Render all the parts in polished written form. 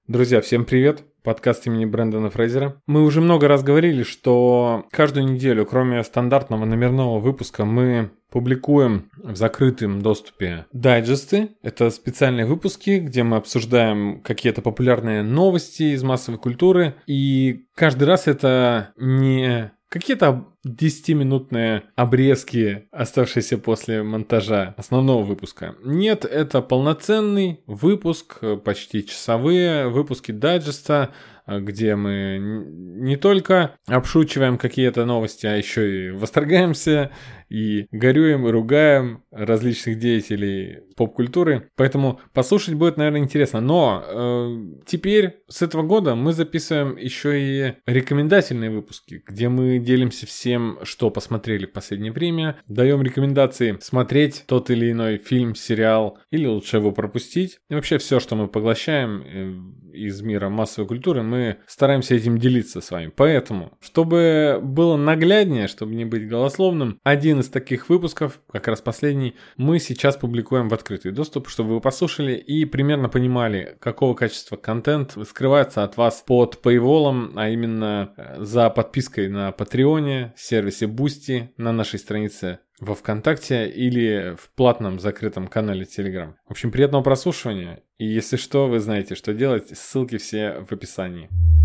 Друзья, всем привет! Подкаст имени Брэндона Фрейзера. Мы уже много раз говорили, что каждую неделю, кроме стандартного номерного выпуска, мы публикуем в закрытом доступе дайджесты. Это специальные выпуски, где мы обсуждаем какие-то популярные новости из массовой культуры. И каждый раз это не какие-то 10-минутные обрезки, оставшиеся после монтажа основного выпуска. Нет, это полноценный выпуск, почти часовые выпуски дайджеста, где мы не только обшучиваем какие-то новости, а еще и восторгаемся, и горюем, и ругаем различных деятелей поп-культуры. Поэтому послушать будет, наверное, интересно. Но теперь с этого года мы записываем еще и рекомендательные выпуски, где мы делимся всем, что посмотрели в последнее время. Даем рекомендации смотреть тот или иной фильм, сериал, или лучше его пропустить. И вообще все, что мы поглощаем из мира массовой культуры, мы стараемся этим делиться с вами. Поэтому, чтобы было нагляднее, чтобы не быть голословным, один из таких выпусков, как раз последний, мы сейчас публикуем в открытый доступ, чтобы вы послушали и примерно понимали, какого качества контент скрывается от вас под paywall, а именно за подпиской на Патреоне, сервисе Boosty, на нашей странице во ВКонтакте или в платном закрытом канале Telegram. В общем, приятного прослушивания. И если что, вы знаете, что делать. Ссылки все в описании.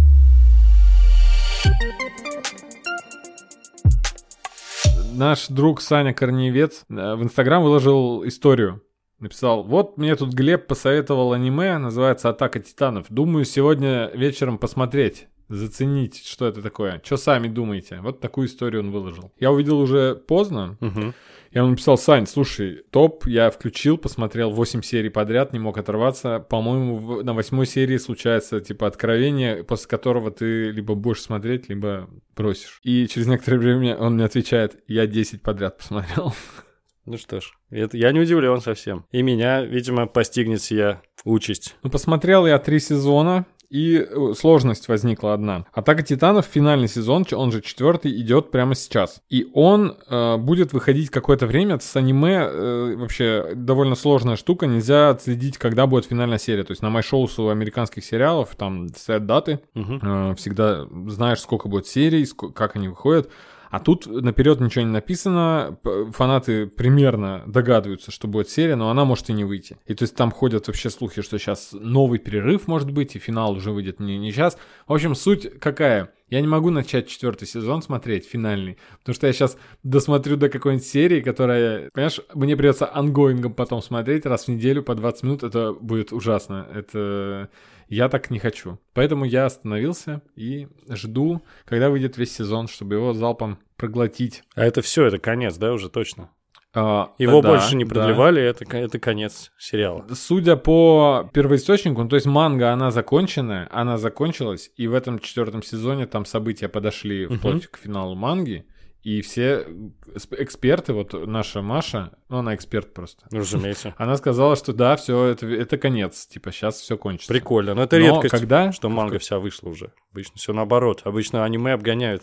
Наш друг Саня Корнеевец в Инстаграм выложил историю. Написал: вот мне тут Глеб посоветовал аниме, называется «Атака титанов». Думаю, сегодня вечером посмотреть. Заценить, что это такое. Что сами думаете? Вот такую историю он выложил. Я увидел уже поздно. Я ему написал: Сань, слушай, топ, я включил, посмотрел 8 серий подряд, не мог оторваться. По-моему, на 8 серии случается типа откровение, после которого ты либо будешь смотреть, либо бросишь. И через некоторое время он мне отвечает: я 10 подряд посмотрел. Ну что ж, я не удивлен совсем. И меня, видимо, постигнет сия участь. Ну, посмотрел я 3 сезона. И сложность возникла одна. «Атака титанов», финальный сезон, он же 4-й, идет прямо сейчас. И он будет выходить какое-то время. С аниме вообще довольно сложная штука. Нельзя отследить, когда будет финальная серия. То есть на MyShows у американских сериалов там стоят даты. Всегда знаешь, сколько будет серий, как они выходят. А тут наперед ничего не написано, фанаты примерно догадываются, что будет серия, но она может и не выйти. И то есть там ходят вообще слухи, что сейчас новый перерыв может быть, и финал уже выйдет не сейчас. В общем, суть какая? Я не могу начать 4-й сезон смотреть, финальный, потому что я сейчас досмотрю до какой-нибудь серии, которая, понимаешь, мне придется ангоингом потом смотреть раз в неделю по 20 минут, это будет ужасно, это... Я так не хочу. Поэтому я остановился и жду, когда выйдет весь сезон, чтобы его залпом проглотить. А это все, это конец, да, уже точно? Его больше не продлевали, это конец сериала. Судя по первоисточнику, ну, то есть манга, она закончилась, и в этом 4-м сезоне там события подошли вплоть к финалу манги. И все эксперты, вот наша Маша, ну она эксперт просто. Разумеется. Она сказала, что да, все, это конец, типа сейчас все кончится. Прикольно, но это редкость, что манга вся вышла уже. Обычно все наоборот, обычно аниме обгоняют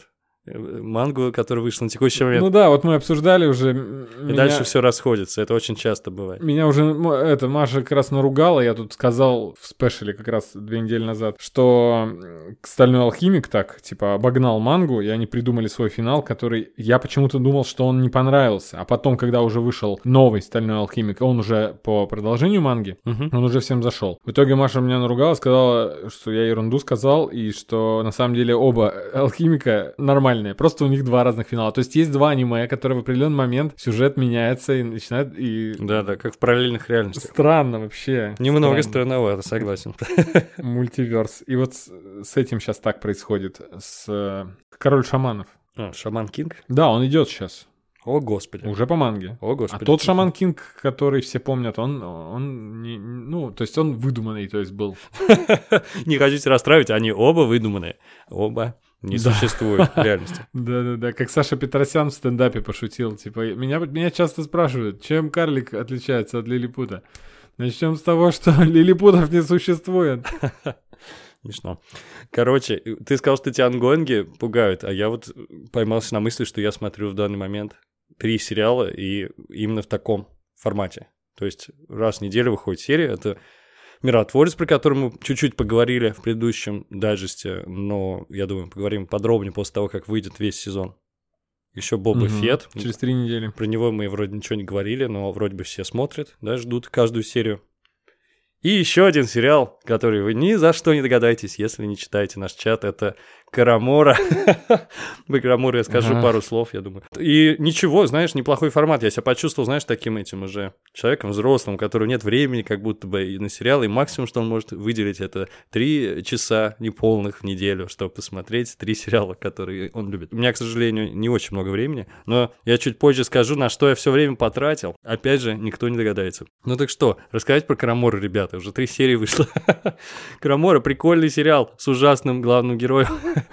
мангу, которая вышла на текущий момент. Ну да, вот мы обсуждали уже. И дальше все расходится, это очень часто бывает. Меня уже Маша как раз наругала, я тут сказал в спешле как раз 2 недели назад, что «Стальной алхимик» так, типа, обогнал мангу, и они придумали свой финал, который я почему-то думал, что он не понравился. А потом, когда уже вышел новый «Стальной алхимик», он уже по продолжению манги, он уже всем зашел. В итоге Маша меня наругала, сказала, что я ерунду сказал, и что на самом деле оба алхимика нормально. Просто у них 2 разных финала. То есть есть 2 аниме, которые в определенный момент сюжет меняется и начинает... Да, как в параллельных реальностях. Странно вообще. Немного странновато, согласен. Мультиверс. И вот с этим сейчас так происходит. С «Король шаманов». Шаман Кинг? Да, он идет сейчас. О, Господи. Уже по манге. О, Господи. А тот Шаман Кинг, который все помнят, он не... Ну, то есть он выдуманный, то есть был. Не хотите расстраивать, они оба выдуманные. Оба не существуют в реальности. Да-да-да, как Саша Петросян в стендапе пошутил. Типа, меня часто спрашивают, чем карлик отличается от лилипута. Начнем с того, что лилипутов не существует. Смешно. Короче, ты сказал, что тебя ангоинги пугают, а я вот поймался на мысли, что я смотрю в данный момент 3 сериала и именно в таком формате. То есть раз в неделю выходит серия, это «Миротворец», про который мы чуть-чуть поговорили в предыдущем дайджесте, но, я думаю, поговорим подробнее после того, как выйдет весь сезон. Еще Боба Фетт. Через 3 недели. Про него мы вроде ничего не говорили, но вроде бы все смотрят, да, ждут каждую серию. И еще один сериал, который вы ни за что не догадаетесь, если не читаете наш чат, это «Карамора». Про «Карамору» я скажу пару слов, я думаю. И ничего, знаешь, неплохой формат. Я себя почувствовал, знаешь, таким этим уже человеком взрослым, у которого нет времени как будто бы и на сериал, и максимум, что он может выделить, это 3 часа неполных в неделю, чтобы посмотреть 3 сериала, которые он любит. У меня, к сожалению, не очень много времени, но я чуть позже скажу, на что я все время потратил. Опять же, никто не догадается. Ну так что, рассказать про «Карамору», ребята, уже 3 серии вышло. «Карамора» — прикольный сериал с ужасным главным героем.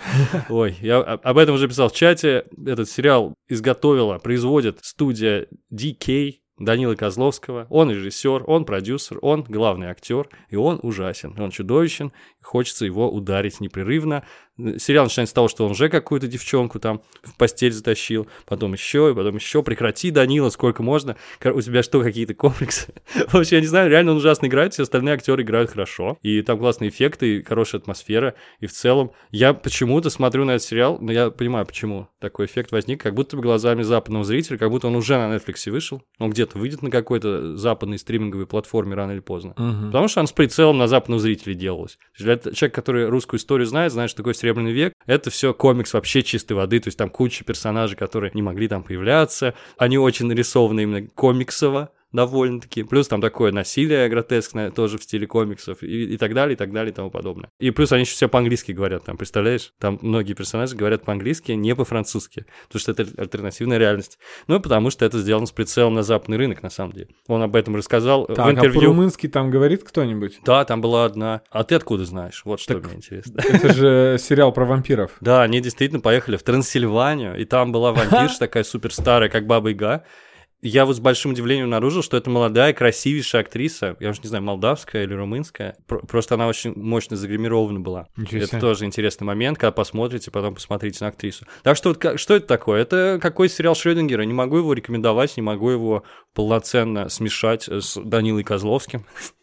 Ой, я об этом уже писал в чате. Этот сериал производит студия DK Данилы Козловского. Он режиссер, он продюсер, он главный актер, и он ужасен. Он чудовищен, хочется его ударить непрерывно. Сериал начинается с того, что он уже какую-то девчонку там в постель затащил, потом еще, и потом еще. Прекрати, Данила, сколько можно? У тебя что, какие-то комплексы? Вообще, я не знаю, реально он ужасно играет, все остальные актеры играют хорошо. И там классные эффекты, и хорошая атмосфера. И в целом, я почему-то смотрю на этот сериал, но я понимаю, почему такой эффект возник, как будто бы глазами западного зрителя, как будто он уже на Netflix вышел, он где-то выйдет на какой-то западной стриминговой платформе рано или поздно. Потому что он с прицелом на западных зрителей делалось. Для человека, который русскую историю знает, что такое Серебряный век, это все комикс вообще чистой воды, то есть там куча персонажей, которые не могли там появляться, они очень нарисованы именно комиксово, довольно-таки. Плюс там такое насилие гротескное, тоже в стиле комиксов, и так далее, и так далее, и тому подобное. И плюс они еще все по-английски говорят, там, представляешь? Там многие персонажи говорят по-английски, не по-французски, потому что это альтернативная реальность. Ну, потому что это сделано с прицелом на западный рынок, на самом деле. Он об этом рассказал в интервью. А по-румынски там говорит кто-нибудь? Да, там была одна. А ты откуда знаешь? Вот что мне интересно. Это же сериал про вампиров. Да, они действительно поехали в Трансильванию, и там была вампирша такая супер старая, как Баба Яга. Я вот с большим удивлением обнаружил, что это молодая, красивейшая актриса, я уж не знаю, молдавская или румынская, просто она очень мощно загримирована была. Это тоже интересный момент, когда посмотрите, потом посмотрите на актрису. Так что, что это такое? Это какой сериал Шрёдингера, не могу его рекомендовать, не могу его полноценно смешать с Данилой Козловским.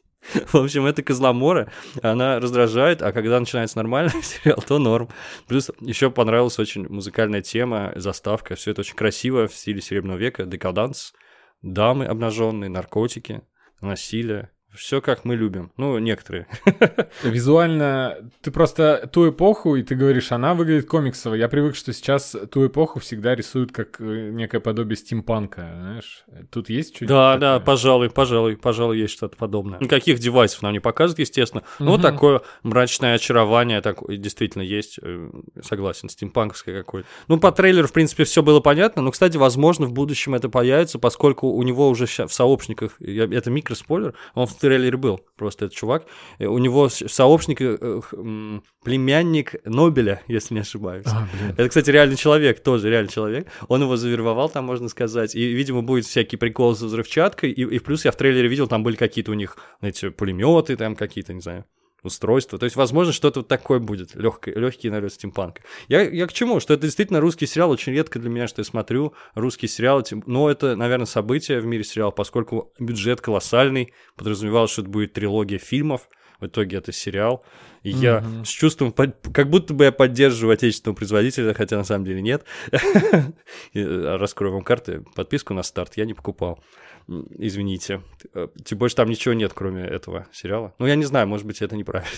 В общем, эта Козломора, она раздражает, а когда начинается нормальный сериал, то норм. Плюс еще понравилась очень музыкальная тема, заставка, все это очень красиво в стиле Серебряного века, декаданс, дамы обнаженные, наркотики, насилие. Все как мы любим. Ну, некоторые. Визуально ты просто ту эпоху, и ты говоришь, она выглядит комиксово. Я привык, что сейчас ту эпоху всегда рисуют как некое подобие стимпанка, знаешь. Тут есть что-нибудь Да, такое? да, пожалуй, есть что-то подобное. Никаких девайсов нам не показывают, естественно. Но вот такое мрачное очарование такое действительно есть. Согласен, стимпанковское какое-то. Ну, по трейлеру, в принципе, все было понятно. Но, кстати, возможно, в будущем это появится, поскольку у него уже в сообщниках, это микроспойлер, он в трейлере был, просто этот чувак. У него в сообщниках племянник Нобеля, если не ошибаюсь. Это, кстати, реальный человек, тоже реальный человек. Он его завербовал, там, можно сказать. И, видимо, будет всякий прикол со взрывчаткой. И плюс я в трейлере видел, там были какие-то у них, знаете, пулеметы, там какие-то, не знаю, устройства. То есть, возможно, что-то вот такое будет. Легкий налет стимпанка. Я к чему? Что это действительно русский сериал. Очень редко для меня, что я смотрю русский сериал. Но это, наверное, событие в мире сериала, поскольку бюджет колоссальный. Подразумевалось, что это будет трилогия фильмов. В итоге это сериал. И я с чувством, как будто бы я поддерживаю отечественного производителя, хотя на самом деле нет. Раскрою вам карты. Подписку на старт я не покупал. Извините. Тем больше там ничего нет, кроме этого сериала. Ну, я не знаю, может быть, это неправильно.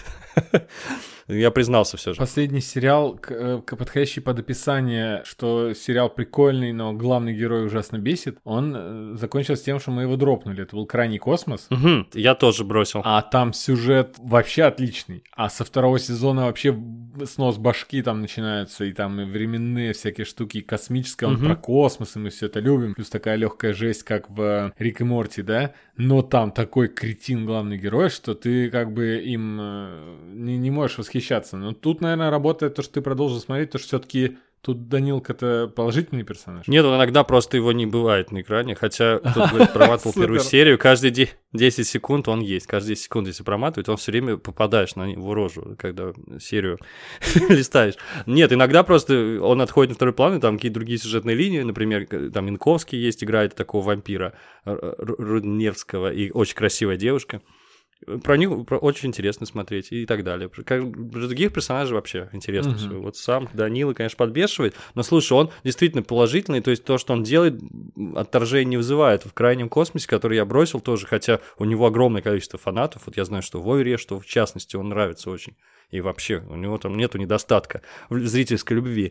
Я признался все же. Последний сериал, подходящий под описание, что сериал прикольный, но главный герой ужасно бесит, он закончился тем, что мы его дропнули. Это был «Крайний космос». Я тоже бросил. А там сюжет вообще отличный. А со второго сезона вообще снос башки там начинается, и там и временные всякие штуки, и космическое, он про космос, и мы все это любим. Плюс такая легкая жесть, как в Рик и Морти, да? Но там такой кретин главный герой, что ты как бы им не можешь восхищаться. Но тут, наверное, работает то, что ты продолжил смотреть, то, что все-таки тут Данилка-то положительный персонаж. Нет, иногда просто его не бывает на экране, хотя тут, говорит, проматывал первую серию, каждые 10 секунд он есть, каждые 10 секунд, если проматывать, он все время попадаешь на его рожу, когда серию листаешь. Нет, иногда просто он отходит на второй план, и там какие-то другие сюжетные линии, например, там Минковский есть, играет такого вампира Рудневского, и очень красивая девушка. Про них очень интересно смотреть и так далее. Про других персонажей вообще интересно все. Вот сам Данила, конечно, подбешивает, но, слушай, он действительно положительный, то есть то, что он делает, отторжение не вызывает. В «Крайнем космосе», который я бросил тоже, хотя у него огромное количество фанатов, вот я знаю, что в Ойре, что в частности он нравится очень, и вообще у него там нету недостатка в зрительской любви.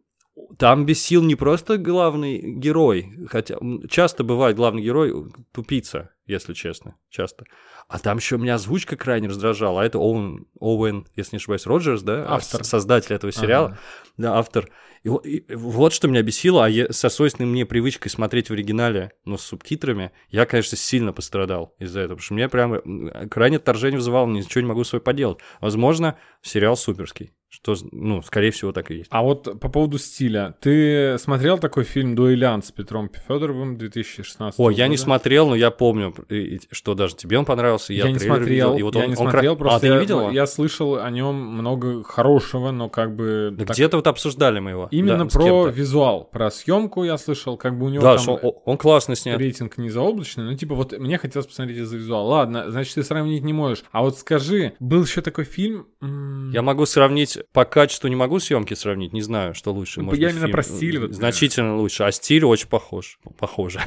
Там бесил не просто главный герой, хотя часто бывает главный герой тупица, если честно, часто. А там еще меня озвучка крайне раздражала, а это Оуэн, если не ошибаюсь, Роджерс, да? Автор. Создатель этого сериала. Да, автор. И вот что меня бесило, со свойственной мне привычкой смотреть в оригинале, но с субтитрами, я, конечно, сильно пострадал из-за этого, потому что мне прям крайне отторжение вызывало, ничего не могу с собой поделать. Возможно, сериал суперский. Что, ну, скорее всего, так и есть. А вот по поводу стиля. Ты смотрел такой фильм «Дуэлянт» с Петром Федоровым 2016 года? Ой, я не смотрел, но я помню, что даже тебе он понравился. Я не смотрел, просто ты не видел его? Я слышал о нем много хорошего, но как бы... Да так... Где-то вот обсуждали мы его. Именно да, про визуал, про съемку я слышал, как бы у него да, там он классно снят. Рейтинг не заоблачный, но типа вот мне хотелось посмотреть из-за визуала. Ладно, значит, ты сравнить не можешь. А вот скажи, был еще такой фильм... Я могу сравнить, по качеству не могу съемки сравнить, не знаю, что лучше. Ну, может я быть, именно фильм про стиль. Вот, значительно лучше, а стиль очень похоже.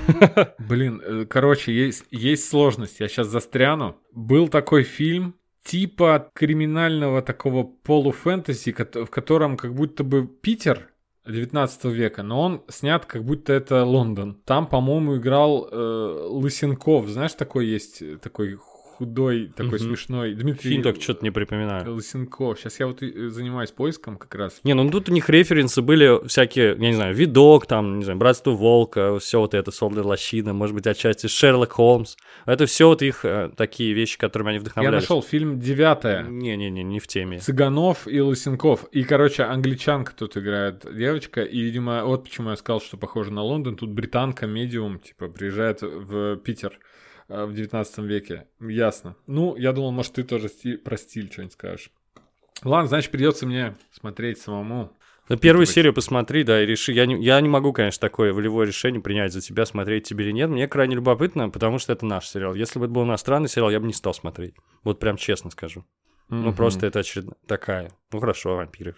Блин, короче, есть сложность, я сейчас застряну. Был такой фильм, типа криминального такого полуфэнтези, в котором как будто бы Питер 19 века, но он снят, как будто это Лондон. Там, по-моему, играл Лысенков. Знаешь, такой есть, такой худой, такой смешной. Дмитрий... Фильм так что-то не припоминаю. Лысенков. Сейчас я вот занимаюсь поиском как раз. Не, ну тут у них референсы были всякие, я не знаю, «Видок», там, не знаю, «Братство Волка», все вот это, «Солдат Лощина», может быть, отчасти «Шерлок Холмс». Это все вот их такие вещи, которыми они вдохновлялись. Я нашел фильм «Девятая». Не в теме. Цыганов и Лысенков. И, короче, англичанка тут играет девочка. И, видимо, вот почему я сказал, что похоже на Лондон. Тут британка, медиум, типа, приезжает в Питер в 19 веке. Ясно. Ну, я думал, может, ты тоже про стиль что-нибудь скажешь. Ладно, значит, придется мне смотреть самому. Ну, первую серию посмотри, да, и реши. Я не могу, конечно, такое волевое решение принять за тебя, смотреть тебе или нет. Мне крайне любопытно, потому что это наш сериал. Если бы это был иностранный сериал, я бы не стал смотреть. Вот прям честно скажу. Ну, просто это очередная такая. Ну, хорошо, вампиры.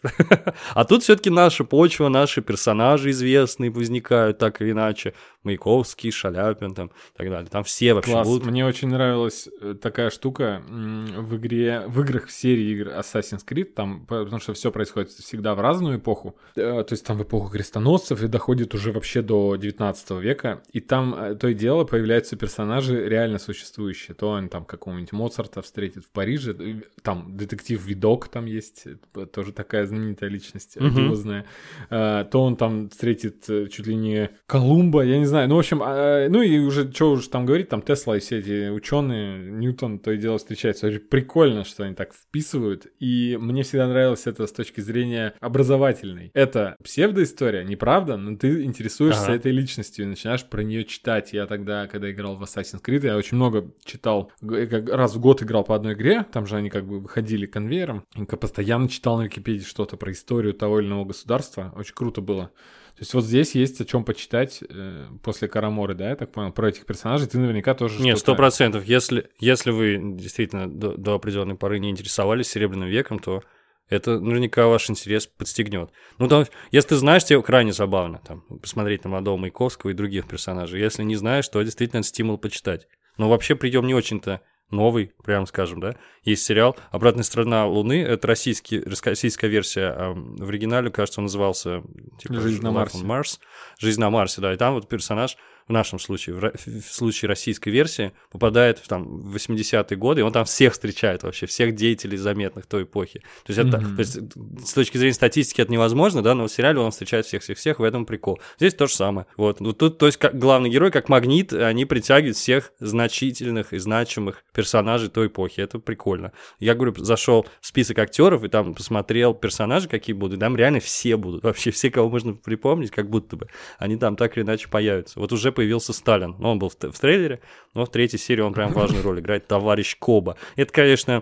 А тут все-таки наша почва, наши персонажи известные возникают так или иначе. Маяковский, Шаляпин там и так далее. Там все вообще класс. будут. Мне очень нравилась такая штука в играх в серии игр Assassin's Creed, там, потому что все происходит всегда в разную эпоху. То есть там в эпоху крестоносцев и доходит уже вообще до 19 века. И там то и дело появляются персонажи реально существующие. То он там какого-нибудь Моцарта встретит в Париже, там детектив Видок там есть, тоже такая знаменитая личность, одиозная. То он там встретит чуть ли не Колумба, я не знаю. Ну, в общем, ну и уже, что уж там говорить, там Тесла и все эти ученые, Ньютон, то и дело встречаются. Очень прикольно, что они так вписывают. И мне всегда нравилось это с точки зрения образовательной. Это псевдоистория, неправда, но ты интересуешься этой личностью и начинаешь про нее читать. Я тогда, когда играл в Assassin's Creed, я очень много читал, раз в год играл по одной игре, там же они как бы выходили конвейером. Я постоянно читал на Википедии что-то про историю того или иного государства. Очень круто было. То есть вот здесь есть о чем почитать после Караморы, да, я так понял, про этих персонажей ты наверняка тоже Нет, 100%. Если вы действительно до определенной поры не интересовались Серебряным веком, то это наверняка ваш интерес подстегнет. Ну, там, если ты знаешь, тебе крайне забавно там, посмотреть на молодого Маяковского и других персонажей. Если не знаешь, то действительно стимул почитать. Но вообще прием не очень-то новый, прямо скажем, да. Есть сериал «Обратная сторона Луны». Это российская версия. В оригинале, кажется, он назывался типа, «Жизнь на Марсе». «Жизнь на Марсе», да. И там вот персонаж в нашем случае, в случае российской версии, попадает в 80-е годы, и он там всех встречает вообще, всех деятелей заметных той эпохи. То есть, то есть с точки зрения статистики это невозможно, да, но в сериале он встречает всех-всех-всех, в этом прикол. Здесь то же самое. Вот. Ну, тут, то есть, главный герой, как магнит, они притягивают всех значительных и значимых персонажей той эпохи. Это прикольно. Я, говорю, зашел в список актеров и там посмотрел персонажи, какие будут, и там реально все будут. Вообще все, кого можно припомнить, как будто бы, они там так или иначе появятся. Вот уже появился Сталин. Он был в трейлере, но в третьей серии он прям важную роль играет, товарищ Коба. Это, конечно,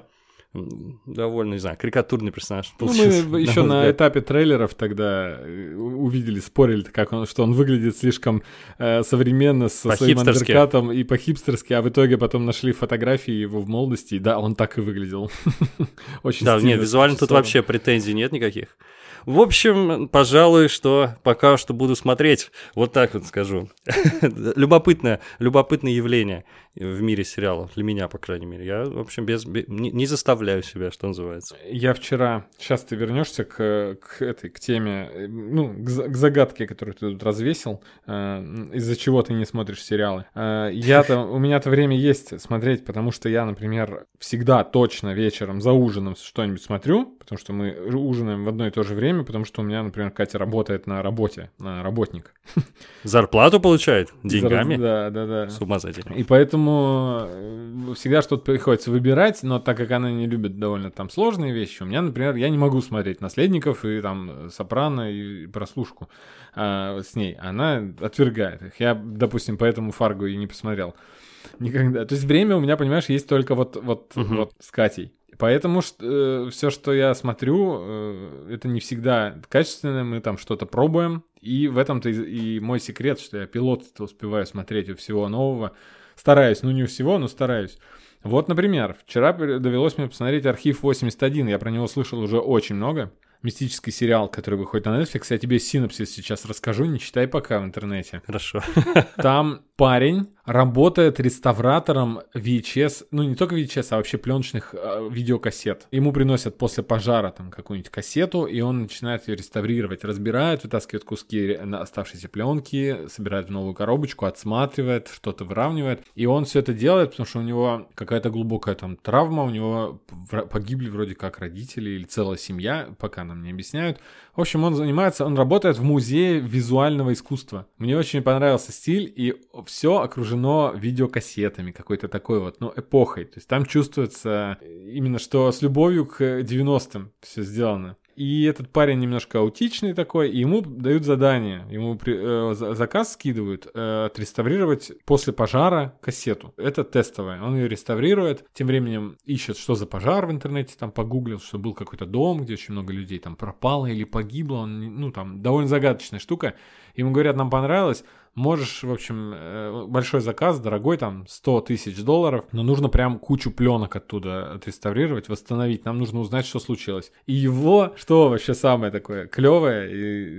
довольно, не знаю, карикатурный персонаж. Ну, мы еще на этапе трейлеров тогда увидели, спорили, что он выглядит слишком современно со своим андеркатом и по-хипстерски, а в итоге потом нашли фотографии его в молодости, и да, он так и выглядел. Очень да, нет, визуально тут вообще претензий нет никаких. В общем, пожалуй, что пока что буду смотреть, вот так вот скажу. Любопытное явление в мире сериалов, для меня, по крайней мере. Я, в общем, не заставляю себя, что называется. Я вчера, сейчас ты вернешься к теме, ну, к загадке, которую ты тут развесил, из-за чего ты не смотришь сериалы. У меня-то время есть смотреть, потому что я, например, всегда точно вечером за ужином что-нибудь смотрю, потому что мы ужинаем в одно и то же время, потому что у меня, например, Катя работает на работе, работник. Зарплату получает? Деньгами? Да. С ума сойти. И поэтому всегда что-то приходится выбирать, но так как она не любит довольно там сложные вещи, у меня, например, я не могу смотреть «Наследников» и там «Сопрано» и «Прослушку» с ней. Она отвергает их. Я, допустим, поэтому «Фарго» и не посмотрел никогда. То есть время у меня, понимаешь, есть только вот с Катей. Поэтому все, что я смотрю, это не всегда качественно, мы там что-то пробуем, и в этом-то и мой секрет, что я пилот-то успеваю смотреть у всего нового. Стараюсь, ну не у всего, но стараюсь. Вот, например, вчера довелось мне посмотреть «Архив 81», я про него слышал уже очень много. Мистический сериал, который выходит на Netflix. Я тебе синопсис сейчас расскажу, не читай пока в интернете. Хорошо. Там парень работает реставратором VHS, ну не только VHS, а вообще пленочных видеокассет. Ему приносят после пожара там какую-нибудь кассету, и он начинает ее реставрировать, разбирает, вытаскивает куски оставшейся пленки, собирает в новую коробочку, отсматривает, что-то выравнивает. И он все это делает, потому что у него какая-то глубокая там травма, у него погибли вроде как родители или целая семья, пока нам не объясняют. В общем, он работает в музее визуального искусства. Мне очень понравился стиль, и все окружено видеокассетами, какой-то такой вот, ну, эпохой. То есть там чувствуется именно, что с любовью к 90-м все сделано. И этот парень немножко аутичный такой, и ему дают задание, ему заказ скидывают отреставрировать после пожара кассету. Это тестовая, он ее реставрирует, тем временем ищет, что за пожар в интернете, там погуглил, что был какой-то дом, где очень много людей там пропало или погибло, ну там довольно загадочная штука. Ему говорят, нам понравилось, можешь, в общем, большой заказ, дорогой, там, $100 000, но нужно прям кучу пленок оттуда отреставрировать, восстановить, нам нужно узнать, что случилось. И его, что вообще самое такое клевое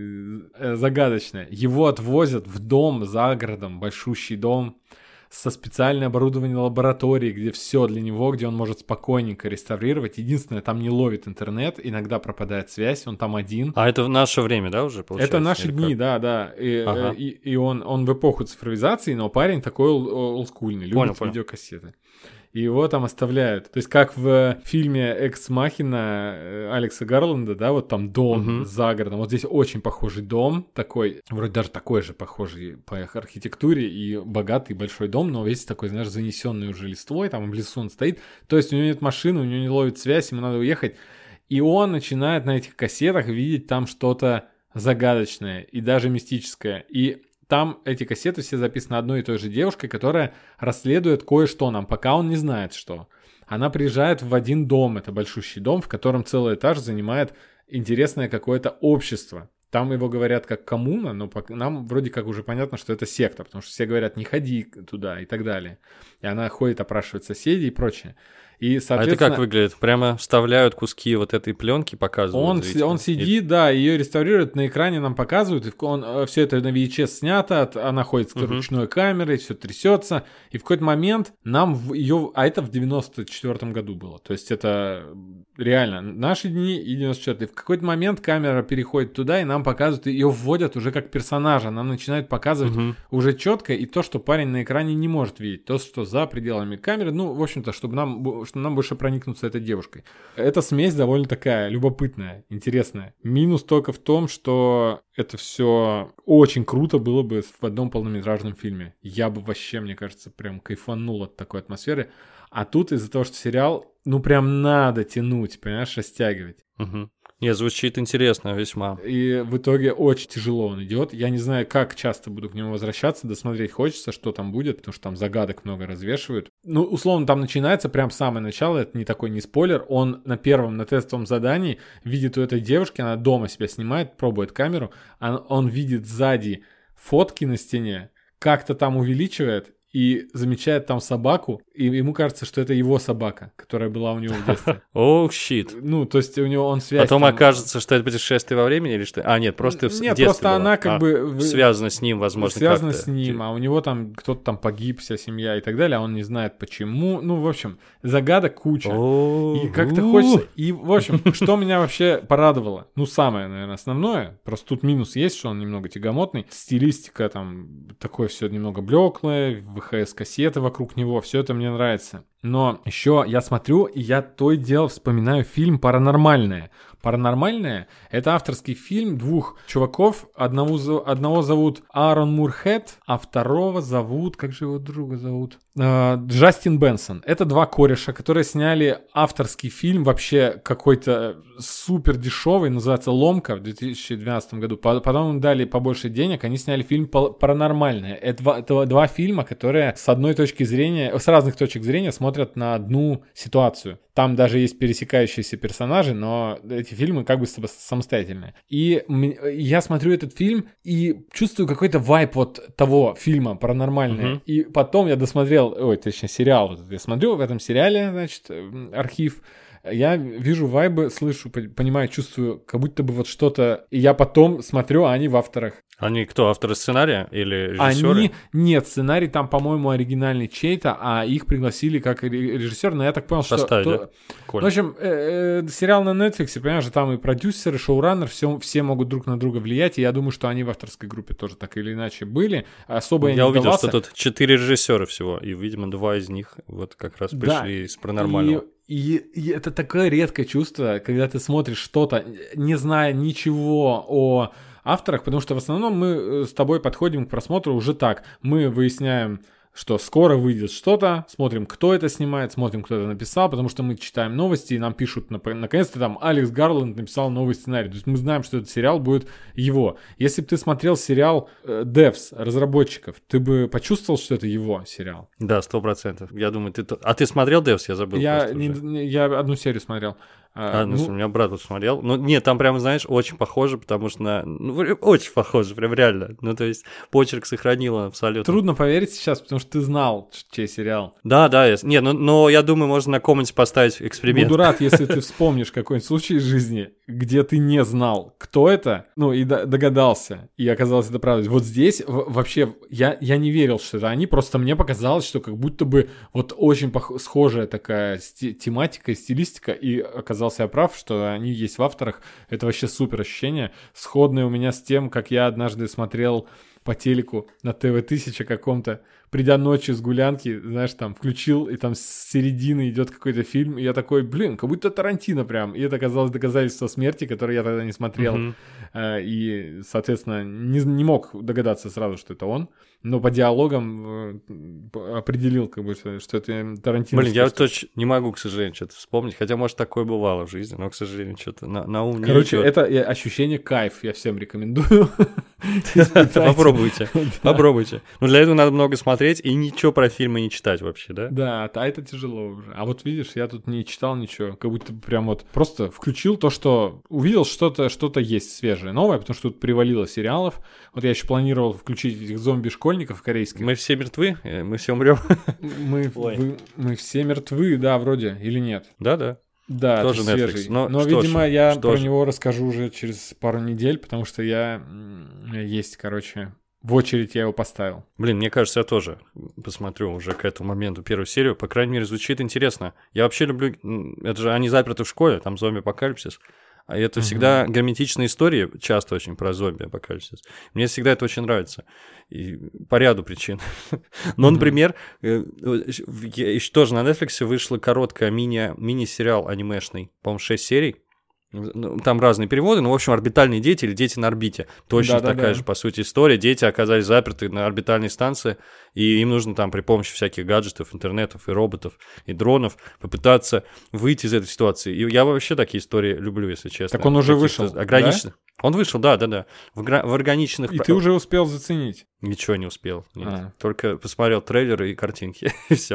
и загадочное, его отвозят в дом за городом, большущий дом, со специальной оборудованной лабораторией, где все для него, где он может спокойненько реставрировать. Единственное, там не ловит интернет, иногда пропадает связь, он там один. А это в наше время, да, уже получается? Это наши дни, да. И он в эпоху цифровизации, но парень такой олдскульный, любит видеокассеты. И его там оставляют. То есть как в фильме «Экс Махина» Алекса Гарланда, да, вот там дом за городом. Вот здесь очень похожий дом, такой, вроде даже такой же похожий по архитектуре и богатый большой дом, но весь такой, знаешь, занесенный уже листвой, там в лесу он стоит. То есть у него нет машины, у него не ловит связь, ему надо уехать. И он начинает на этих кассетах видеть там что-то загадочное и даже мистическое. И там эти кассеты все записаны одной и той же девушкой, которая расследует кое-что нам, пока он не знает что. Она приезжает в один дом, это большущий дом, в котором целый этаж занимает интересное какое-то общество. Там его говорят как коммуна, но нам вроде как уже понятно, что это секта, потому что все говорят, не ходи туда и так далее. И она ходит, опрашивает соседей и прочее. И, соответственно... А это как выглядит? Прямо вставляют куски вот этой пленки, показывают? Он сидит, да, ее реставрируют, на экране нам показывают, и все это на VHS снято, она ходит с ручной камерой, все трясется, и в какой-то момент нам ее... А это в 94-м году было, то есть это реально наши дни и 94-й. В какой-то момент камера переходит туда, и нам показывают, ее вводят уже как персонажа, нам начинают показывать уже четко и то, что парень на экране не может видеть, то, что за пределами камеры, ну, в общем-то, чтобы нам больше проникнуться этой девушкой. Эта смесь довольно такая любопытная, интересная. Минус только в том, что это все очень круто было бы в одном полнометражном фильме. Я бы вообще, мне кажется, прям кайфанул от такой атмосферы. А тут из-за того, что сериал, ну прям надо тянуть, понимаешь, растягивать. Не, звучит интересно весьма. И в итоге очень тяжело он идет. Я не знаю, как часто буду к нему возвращаться, досмотреть хочется, что там будет, потому что там загадок много развешивают. Ну, условно, там начинается прям самое начало, это не такой не спойлер. Он на тестовом задании видит у этой девушки, она дома себя снимает, пробует камеру, он видит сзади фотки на стене, как-то там увеличивает и замечает там собаку, и ему кажется, что это его собака, которая была у него в детстве. Оу, щит. Ну, то есть у него он связь... Потом там... окажется, что это путешествие во времени или что? Нет, просто в Нет, детстве просто было. она как бы... Связана с ним, возможно, связана как-то. с ним, а у него там кто-то там погиб, вся семья и так далее, а он не знает почему. Ну, в общем, загадок куча. И как-то хочется... И, в общем, что меня вообще порадовало? Ну, самое, наверное, основное, просто тут минус есть, что он немного тягомотный. Стилистика там такое все немного блеклое, ВХС-кассеты вокруг него, все это мне нравится. Но еще я смотрю, и я то и дело вспоминаю фильм «Паранормальное». «Паранормальное» — это авторский фильм двух чуваков. Одного зовут Аарон Мурхед, а второго зовут... Как же его друга зовут? Джастин Бенсон. Это два кореша, которые сняли авторский фильм, вообще какой-то супер дешевый, называется «Ломка» в 2012 году. Потом им дали побольше денег, они сняли фильм «Паранормальное». Это два фильма, которые с разных точек зрения смотрят на одну ситуацию. Там даже есть пересекающиеся персонажи, но эти фильмы как бы самостоятельные. И я смотрю этот фильм и чувствую какой-то вайб вот того фильма «Паранормальное». И потом я досмотрел, сериал. Я смотрю в этом сериале, значит, архив. Я вижу вайбы, слышу, понимаю, чувствую, как будто бы вот что-то... И я потом смотрю, а они в авторах. Они кто, авторы сценария или режиссеры? Нет, сценарий там, по-моему, оригинальный чей-то, а их пригласили как режиссер, но я так понял, что... В общем, сериал на Netflix, понимаешь, там и продюсеры, шоураннер, все могут друг на друга влиять, и я думаю, что они в авторской группе тоже так или иначе были. Особо я не увидел, вдавался. что тут 4 режиссера всего, и, видимо, 2 из них вот как раз пришли из «Паранормального». И это такое редкое чувство, когда ты смотришь что-то, не зная ничего о авторах, потому что в основном мы с тобой подходим к просмотру уже так. Мы выясняем, что скоро выйдет что-то, смотрим, кто это снимает, смотрим, кто это написал, потому что мы читаем новости, и нам пишут, наконец-то там Алекс Гарланд написал новый сценарий. То есть мы знаем, что этот сериал будет его. Если бы ты смотрел сериал Devs, разработчиков, ты бы почувствовал, что это его сериал? Да, 100%. Я думаю, ты... А ты смотрел Devs? Я забыл. Я одну серию смотрел. У меня брат вот смотрел. Ну, нет, там прямо, знаешь, очень похоже, потому что очень похоже, прям реально. Ну, то есть, почерк сохранила абсолютно. Трудно поверить сейчас, потому что ты знал, чей сериал. Да. Не, но я думаю, можно на комменте поставить эксперимент. Буду рад, если ты вспомнишь какой-нибудь случай из жизни, где ты не знал, кто это, ну, и догадался, и оказалось это правдой. Вот здесь вообще я не верил, что это они, просто мне показалось, что как будто бы вот очень схожая такая тематика и стилистика, и оказалось я прав, что они есть в авторах. Это вообще супер ощущение. Сходное у меня с тем, как я однажды смотрел по телеку на ТВ-1000 каком-то, придя ночью с гулянки, знаешь, там включил, и там с середины идет какой-то фильм, и я такой, как будто Тарантино прям. И это оказалось доказательство смерти, которое я тогда не смотрел. И, соответственно, не мог догадаться сразу, что это он. Но по диалогам определил, как бы, что это Тарантино. Я вот точно не могу, к сожалению, что-то вспомнить. Хотя, может, такое бывало в жизни, но, к сожалению, что-то на ум не Короче, идет. это ощущение кайф, я всем рекомендую. Попробуйте. Но для этого надо много смотреть и ничего про фильмы не читать вообще, да? Да, а это тяжело уже. А вот видишь, я тут не читал ничего, как будто прям вот просто включил то, что увидел что-то есть свежее, новое, потому что тут привалило сериалов. Вот я еще планировал включить этих зомби-школьников корейских. Мы все мертвы? Мы все умрем? Мы все мертвы, да, вроде, или нет? Да. Да, тоже это Netflix. свежий. Но видимо, я про него расскажу уже через пару недель, потому что есть, короче, в очередь я его поставил. Мне кажется, я тоже посмотрю уже к этому моменту первую серию. По крайней мере, звучит интересно. Я вообще люблю... Это же они заперты в школе, там зомби-апокалипсис. А это всегда герметичные истории, часто очень про зомби-апокалипсис. Мне всегда это очень нравится. И по ряду причин. Но, например, еще тоже на Netflix вышла короткая мини-сериал анимешный, по-моему, 6 серий. Там разные переводы, но, в общем, орбитальные дети или дети на орбите. Точно такая же, по сути, история. Дети оказались заперты на орбитальной станции, и им нужно там при помощи всяких гаджетов, интернетов и роботов, и дронов попытаться выйти из этой ситуации. И я вообще такие истории люблю, если честно. Так он уже вышел, ограниченных. Да? Он вышел, да. В ограниченных... И ты уже успел заценить? Ничего не успел, нет. Только посмотрел трейлеры и картинки, и все.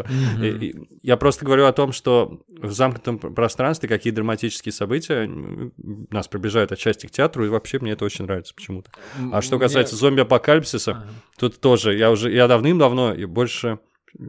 Я просто говорю о том, что в замкнутом пространстве какие драматические события нас приближают отчасти к театру, и вообще мне это очень нравится почему-то. А что касается зомби-апокалипсиса, тут тоже, я давным-давно, и больше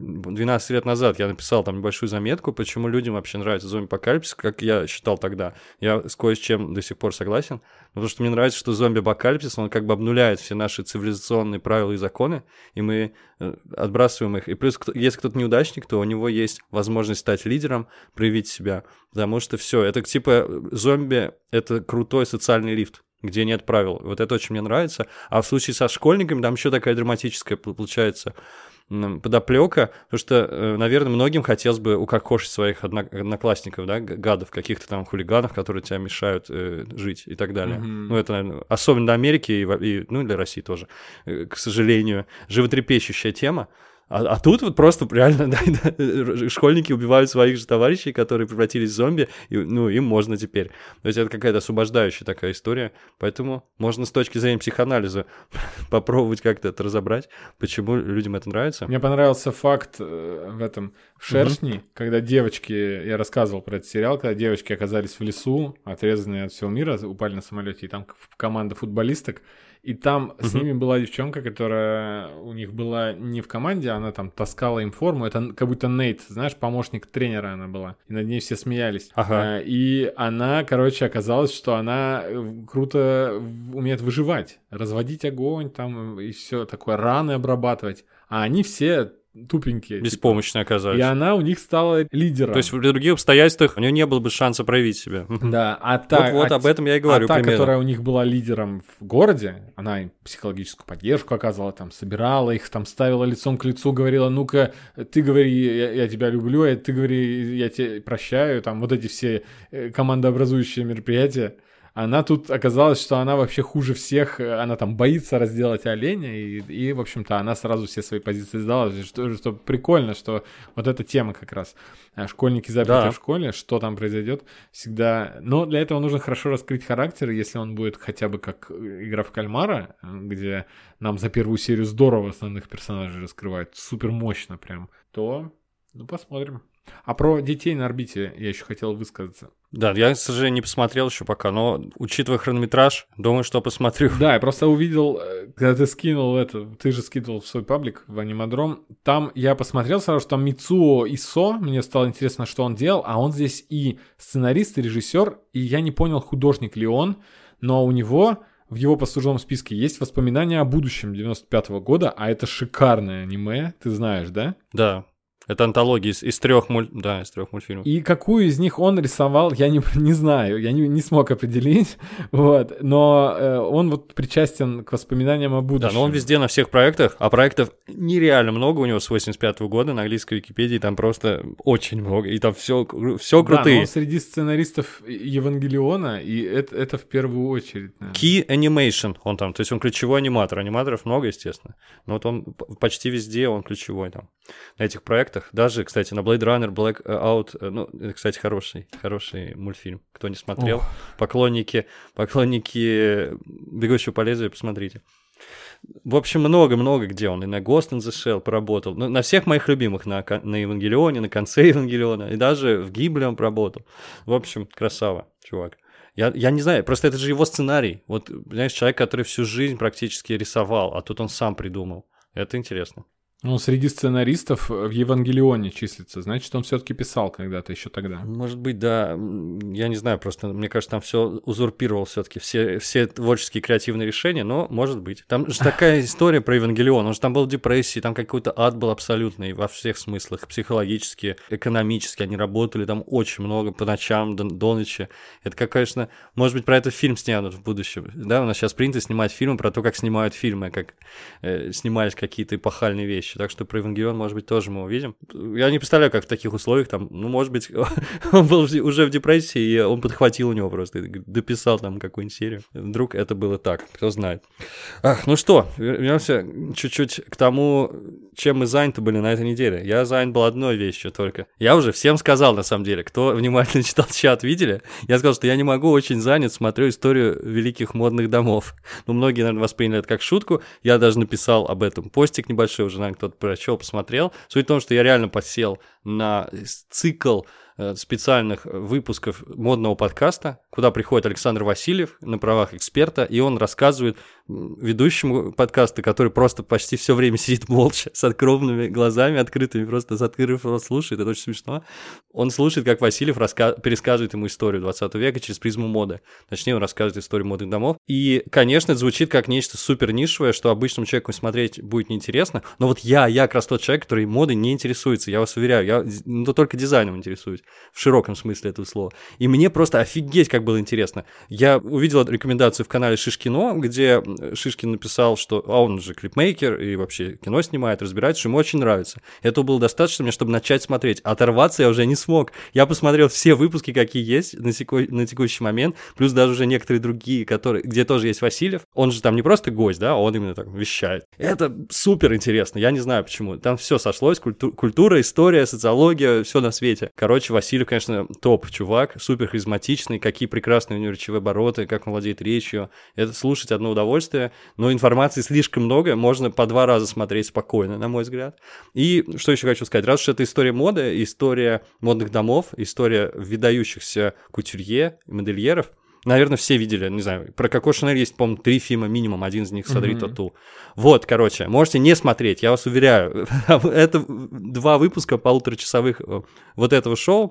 12 лет назад я написал там небольшую заметку, почему людям вообще нравится зомби-апокалипсис, как я считал тогда. Я с кое-чем до сих пор согласен, потому что мне нравится, что зомби-апокалипсис, он как бы обнуляет все наши цивилизационные правила и законы, и мы отбрасываем их. И плюс, если кто-то неудачник, то у него есть возможность стать лидером, проявить себя, потому что все, это типа зомби, это крутой социальный лифт, где нет правил. Вот это очень мне нравится. А в случае со школьниками там еще такая драматическая получается подоплека, потому что, наверное, многим хотелось бы укокошить своих одноклассников, да, гадов, каких-то там хулиганов, которые тебя мешают жить и так далее. Ну, это, наверное, особенно для Америки и для России тоже, к сожалению, животрепещущая тема. А тут вот просто реально школьники убивают своих же товарищей, которые превратились в зомби, и, им можно теперь. То есть это какая-то освобождающая такая история, поэтому можно с точки зрения психоанализа попробовать как-то это разобрать, почему людям это нравится. Мне понравился факт в этом «Шершни», когда девочки, я рассказывал про этот сериал, когда девочки оказались в лесу, отрезанные от всего мира, упали на самолете, и там команда футболисток, и там с ними была девчонка, которая у них была не в команде, она там таскала им форму. Это как будто Нейт, знаешь, помощник тренера она была. И над ней все смеялись. Ага. И она, оказалось, что она круто умеет выживать. Разводить огонь там и все такое, раны обрабатывать. А они все тупенькие. Беспомощные оказались. И она у них стала лидером. То есть в других обстоятельствах у нее не было бы шанса проявить себя. Да, об этом я и говорю. Та, которая у них была лидером в городе, она им психологическую поддержку оказывала, там, собирала их, там, ставила лицом к лицу, говорила, ну-ка, ты говори, я тебя люблю, а ты говори, я тебя прощаю, там, вот эти все командообразующие мероприятия. Она тут оказалось, что она вообще хуже всех, она там боится разделать оленя, и в общем-то, она сразу все свои позиции сдала, что прикольно, что вот эта тема как раз. Школьники заперты в школе, что там произойдет, всегда... Но для этого нужно хорошо раскрыть характер, если он будет хотя бы как «Игра в кальмара», где нам за первую серию здорово основных персонажей раскрывают, супер мощно прям, то, посмотрим. А про детей на орбите я еще хотел высказаться. Да, я, к сожалению, не посмотрел еще пока, но, учитывая хронометраж, думаю, что посмотрю. Да, я просто увидел, когда ты скинул ты же скидывал в свой паблик, в Анимадром, там я посмотрел сразу, что там Мицуо Исо, мне стало интересно, что он делал, а он здесь и сценарист, и режиссер, и я не понял, художник ли он, но у него... В его послужном списке есть воспоминания о будущем 95-го года, а это шикарное аниме, ты знаешь, да? Да. Это антология из трех мультфильмов. И какую из них он рисовал, я не знаю, я не смог определить, вот, но он вот причастен к воспоминаниям о будущем. Да, но он везде на всех проектах, а проектов нереально много у него с 85-го года на английской Википедии, там просто очень много, и там все крутые. Да, но он среди сценаристов Евангелиона, и это в первую очередь. Наверное. Key Animation он там, то есть он ключевой аниматор, аниматоров много, естественно, но вот он почти везде, он ключевой там на этих проектах. Даже, кстати, на Blade Runner, Blackout, кстати, хороший мультфильм. Кто не смотрел, поклонники «Бегущего по лезвию», посмотрите. В общем, много-много где он. И на Ghost in the Shell поработал. На всех моих любимых, на Евангелионе, на конце Евангелиона. И даже в Гибле он поработал. В общем, красава, чувак. Я не знаю, просто это же его сценарий. Вот, знаешь, человек, который всю жизнь практически рисовал, а тут он сам придумал. Это интересно. Ну, среди сценаристов в Евангелионе числится, значит, он все-таки писал когда-то еще тогда. Может быть, да. Я не знаю, просто мне кажется, там все узурпировал все-таки все творческие креативные решения, но может быть. Там же такая история про Евангелион. Он же там был в депрессии, там какой-то ад был абсолютный во всех смыслах. Психологически, экономически. Они работали там очень много по ночам, до ночи. Это, как, конечно, может быть, про это фильм снят в будущем. Да, у нас сейчас принято снимать фильмы про то, как снимают фильмы, как снимались какие-то эпохальные вещи. вещи. Так что про Евангелион, может быть, тоже мы увидим. Я не представляю, как в таких условиях, там, ну, может быть, он был уже в депрессии, и он подхватил у него просто, дописал там какую-нибудь серию. Вдруг это было так, кто знает. Ну что, вернемся чуть-чуть к тому, чем мы заняты были на этой неделе. Я занят был одной вещью только. Я уже всем сказал, на самом деле, кто внимательно читал чат, видели? Я сказал, что я не могу, очень занят, смотрю историю великих модных домов. Ну, многие, наверное, восприняли это как шутку. Я даже написал об этом постик небольшой, уже, наверное, кто-то прочел, посмотрел. Суть в том, что я реально подсел на цикл специальных выпусков модного подкаста, куда приходит Александр Васильев на правах эксперта, и он рассказывает ведущему подкаста, который просто почти все время сидит молча, с огромными глазами открытыми, просто закрыв рот, слушает, это очень смешно. Он слушает, как Васильев пересказывает ему историю 20 века через призму моды. Точнее, он рассказывает историю модных домов. И, конечно, это звучит как нечто супер нишевое, что обычному человеку смотреть будет неинтересно, но вот я как раз тот человек, который модой не интересуется, я вас уверяю, я только дизайном интересуюсь. В широком смысле этого слова. И мне просто офигеть, как было интересно. Я увидел рекомендацию в канале Шишкино, где Шишкин написал, что он же клипмейкер и вообще кино снимает, разбирается, что ему очень нравится. Этого было достаточно мне, чтобы начать смотреть. Оторваться я уже не смог. Я посмотрел все выпуски, какие есть на текущий момент, плюс даже уже некоторые другие, где тоже есть Васильев. Он же там не просто гость, да, он именно так вещает. Это супер интересно. Я не знаю почему. Там все сошлось. Культура, история, социология, все на свете. Короче, Васильев, конечно, топ-чувак, супер харизматичный, какие прекрасные у него речевые обороты, как он владеет речью. Это слушать одно удовольствие, но информации слишком много, можно по 2 раза смотреть спокойно, на мой взгляд. И что еще хочу сказать, раз уж это история моды, история модных домов, история выдающихся кутюрье и модельеров, наверное, все видели, не знаю, про Коко Шанель есть, по-моему, 3 фильма минимум, один из них «Содри тату». Вот, короче, можете не смотреть, я вас уверяю. Это 2 выпуска 1,5-часовых вот этого шоу,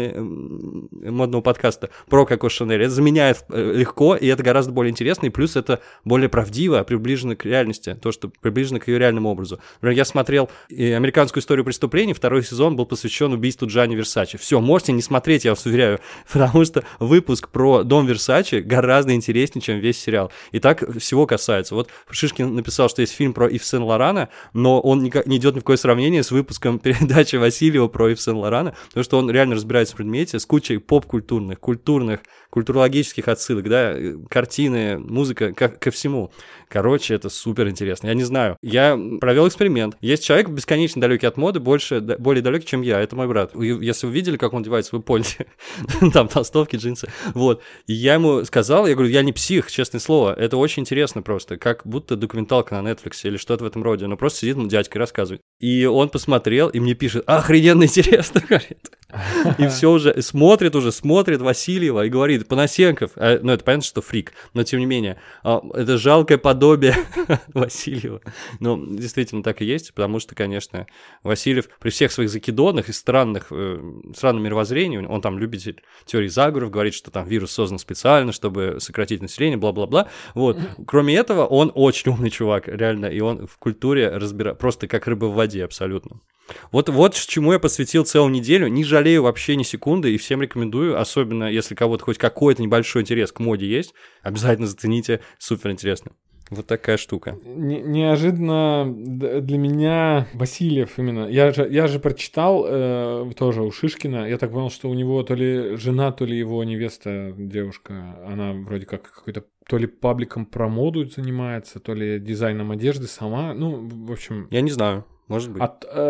модного подкаста про Коко Шанель. Это заменяет легко, и это гораздо более интересно, и плюс это более правдиво, приближено к реальности, то, что приближено к ее реальному образу. Например, я смотрел «Американскую историю преступлений», 2-й сезон был посвящен убийству Джанни Версаче. Все, можете не смотреть, я вас уверяю, потому что выпуск про дом Версаче гораздо интереснее, чем весь сериал. И так всего касается. Вот Шишкин написал, что есть фильм про Ив Сен-Лорана, но он не идет ни в какое сравнение с выпуском передачи Васильева про Ив Сен-Лорана, потому что он реально разбирается в предмете с кучей поп-культурных, культурологических отсылок, да, картины, музыка, ко всему. Короче, это супер интересно. Я не знаю. Я провел эксперимент. Есть человек бесконечно далекий от моды, более далекий, чем я. Это мой брат. Если вы видели, как он одевается, вы поняли. Там толстовки, джинсы. Вот. И я ему сказал, я говорю, я не псих, честное слово. Это очень интересно просто. Как будто документалка на Netflix или что-то в этом роде. Но просто сидит дядька и рассказывает. И он посмотрел, и мне пишет, охрененно интересно, говорит. И все уже смотрит Васильева и говорит, Панасенков, ну это понятно, что фрик, но тем не менее, это жалкое подобие Васильева. Ну, действительно так и есть, потому что, конечно, Васильев при всех своих закидонах и странном мировоззрении, он там любитель теории заговоров, говорит, что там вирус создан специально, чтобы сократить население, бла-бла-бла. Вот. Кроме этого, он очень умный чувак, реально, и он в культуре разбирает, просто как рыба в воде абсолютно. Вот чему я посвятил целую неделю, не жалею вообще ни секунды и всем рекомендую, особенно если кого-то хоть какой-то небольшой интерес к моде есть, обязательно зацените, супер интересно. Вот такая штука. Неожиданно для меня Васильев именно. Я же прочитал тоже у Шишкина. Я так понял, что у него то ли жена, то ли его невеста, девушка, она вроде как какой-то то ли пабликом про моду занимается, то ли дизайном одежды сама. Ну, в общем... Я не знаю. Может быть.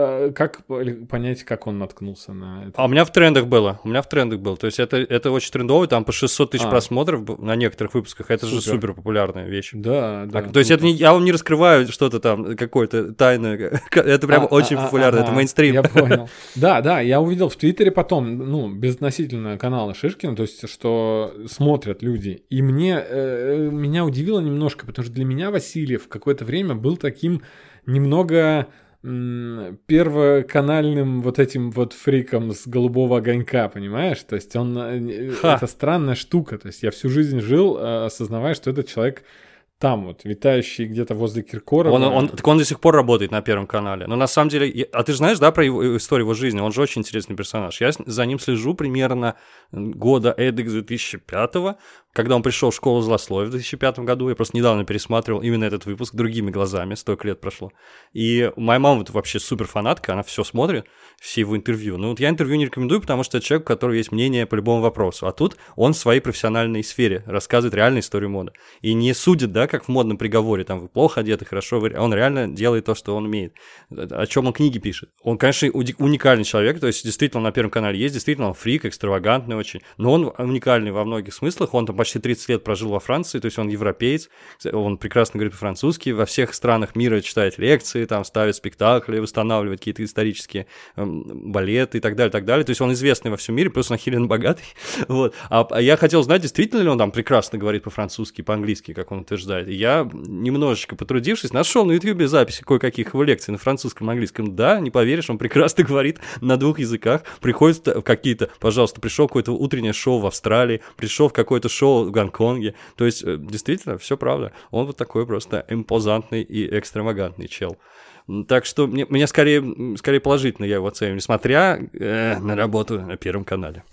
Как понять, как он наткнулся на это? А у меня в трендах было. То есть это очень трендово, там по 600 тысяч просмотров на некоторых выпусках. Это же супер популярная вещь. Да. То есть это я вам не раскрываю что-то там, какое-то тайное. Это прям очень популярно, это мейнстрим. Я понял. Да, я увидел в Твиттере потом, безотносительно канала Шишкина, то есть что смотрят люди. И меня удивило немножко, потому что для меня Васильев какое-то время был таким немного... первоканальным вот этим вот фриком с голубого огонька, понимаешь? То есть это странная штука. То есть я всю жизнь жил, осознавая, что этот человек там вот, витающий где-то возле Киркорова. Так он до сих пор работает на Первом канале. Но на самом деле... А ты же знаешь, да, про историю его жизни? Он же очень интересный персонаж. Я за ним слежу примерно года эдак 2005-го, когда он пришел в школу злословия в 2005 году. Я просто недавно пересматривал именно этот выпуск другими глазами, столько лет прошло. И моя мама вообще супер фанатка, она все смотрит, все его интервью. Ну вот я интервью не рекомендую, потому что это человек, у которого есть мнение по любому вопросу. А тут он в своей профессиональной сфере рассказывает реальную историю моды. И не судит, да, как в модном приговоре, там, вы плохо одеты, хорошо, он реально делает то, что он умеет. О чем он книги пишет. Он, конечно, уникальный человек, то есть действительно на Первом канале есть, действительно он фрик, экстравагантный очень, но он уникальный во многих смыслах, он там почти 30 лет прожил во Франции, то есть он европеец, он прекрасно говорит по-французски, во всех странах мира читает лекции, там ставит спектакли, восстанавливает какие-то исторические балеты и так далее, так далее. То есть он известный во всем мире, плюс он охеренно богатый. Вот. А я хотел знать, действительно ли он там прекрасно говорит по-французски, по-английски, как он утверждает. И я, немножечко потрудившись, нашел на Ютубе записи кое-каких его лекций на французском и английском. Да, не поверишь, он прекрасно говорит на 2 языках. Приходит в какие-то, пожалуйста, пришел в какое-то утреннее шоу в Австралии, пришел в какое-то шоу в Гонконге. То есть, действительно, все правда. Он вот такой просто импозантный и экстравагантный чел. Так что мне скорее положительно я его оцениваю, несмотря на работу на Первом канале.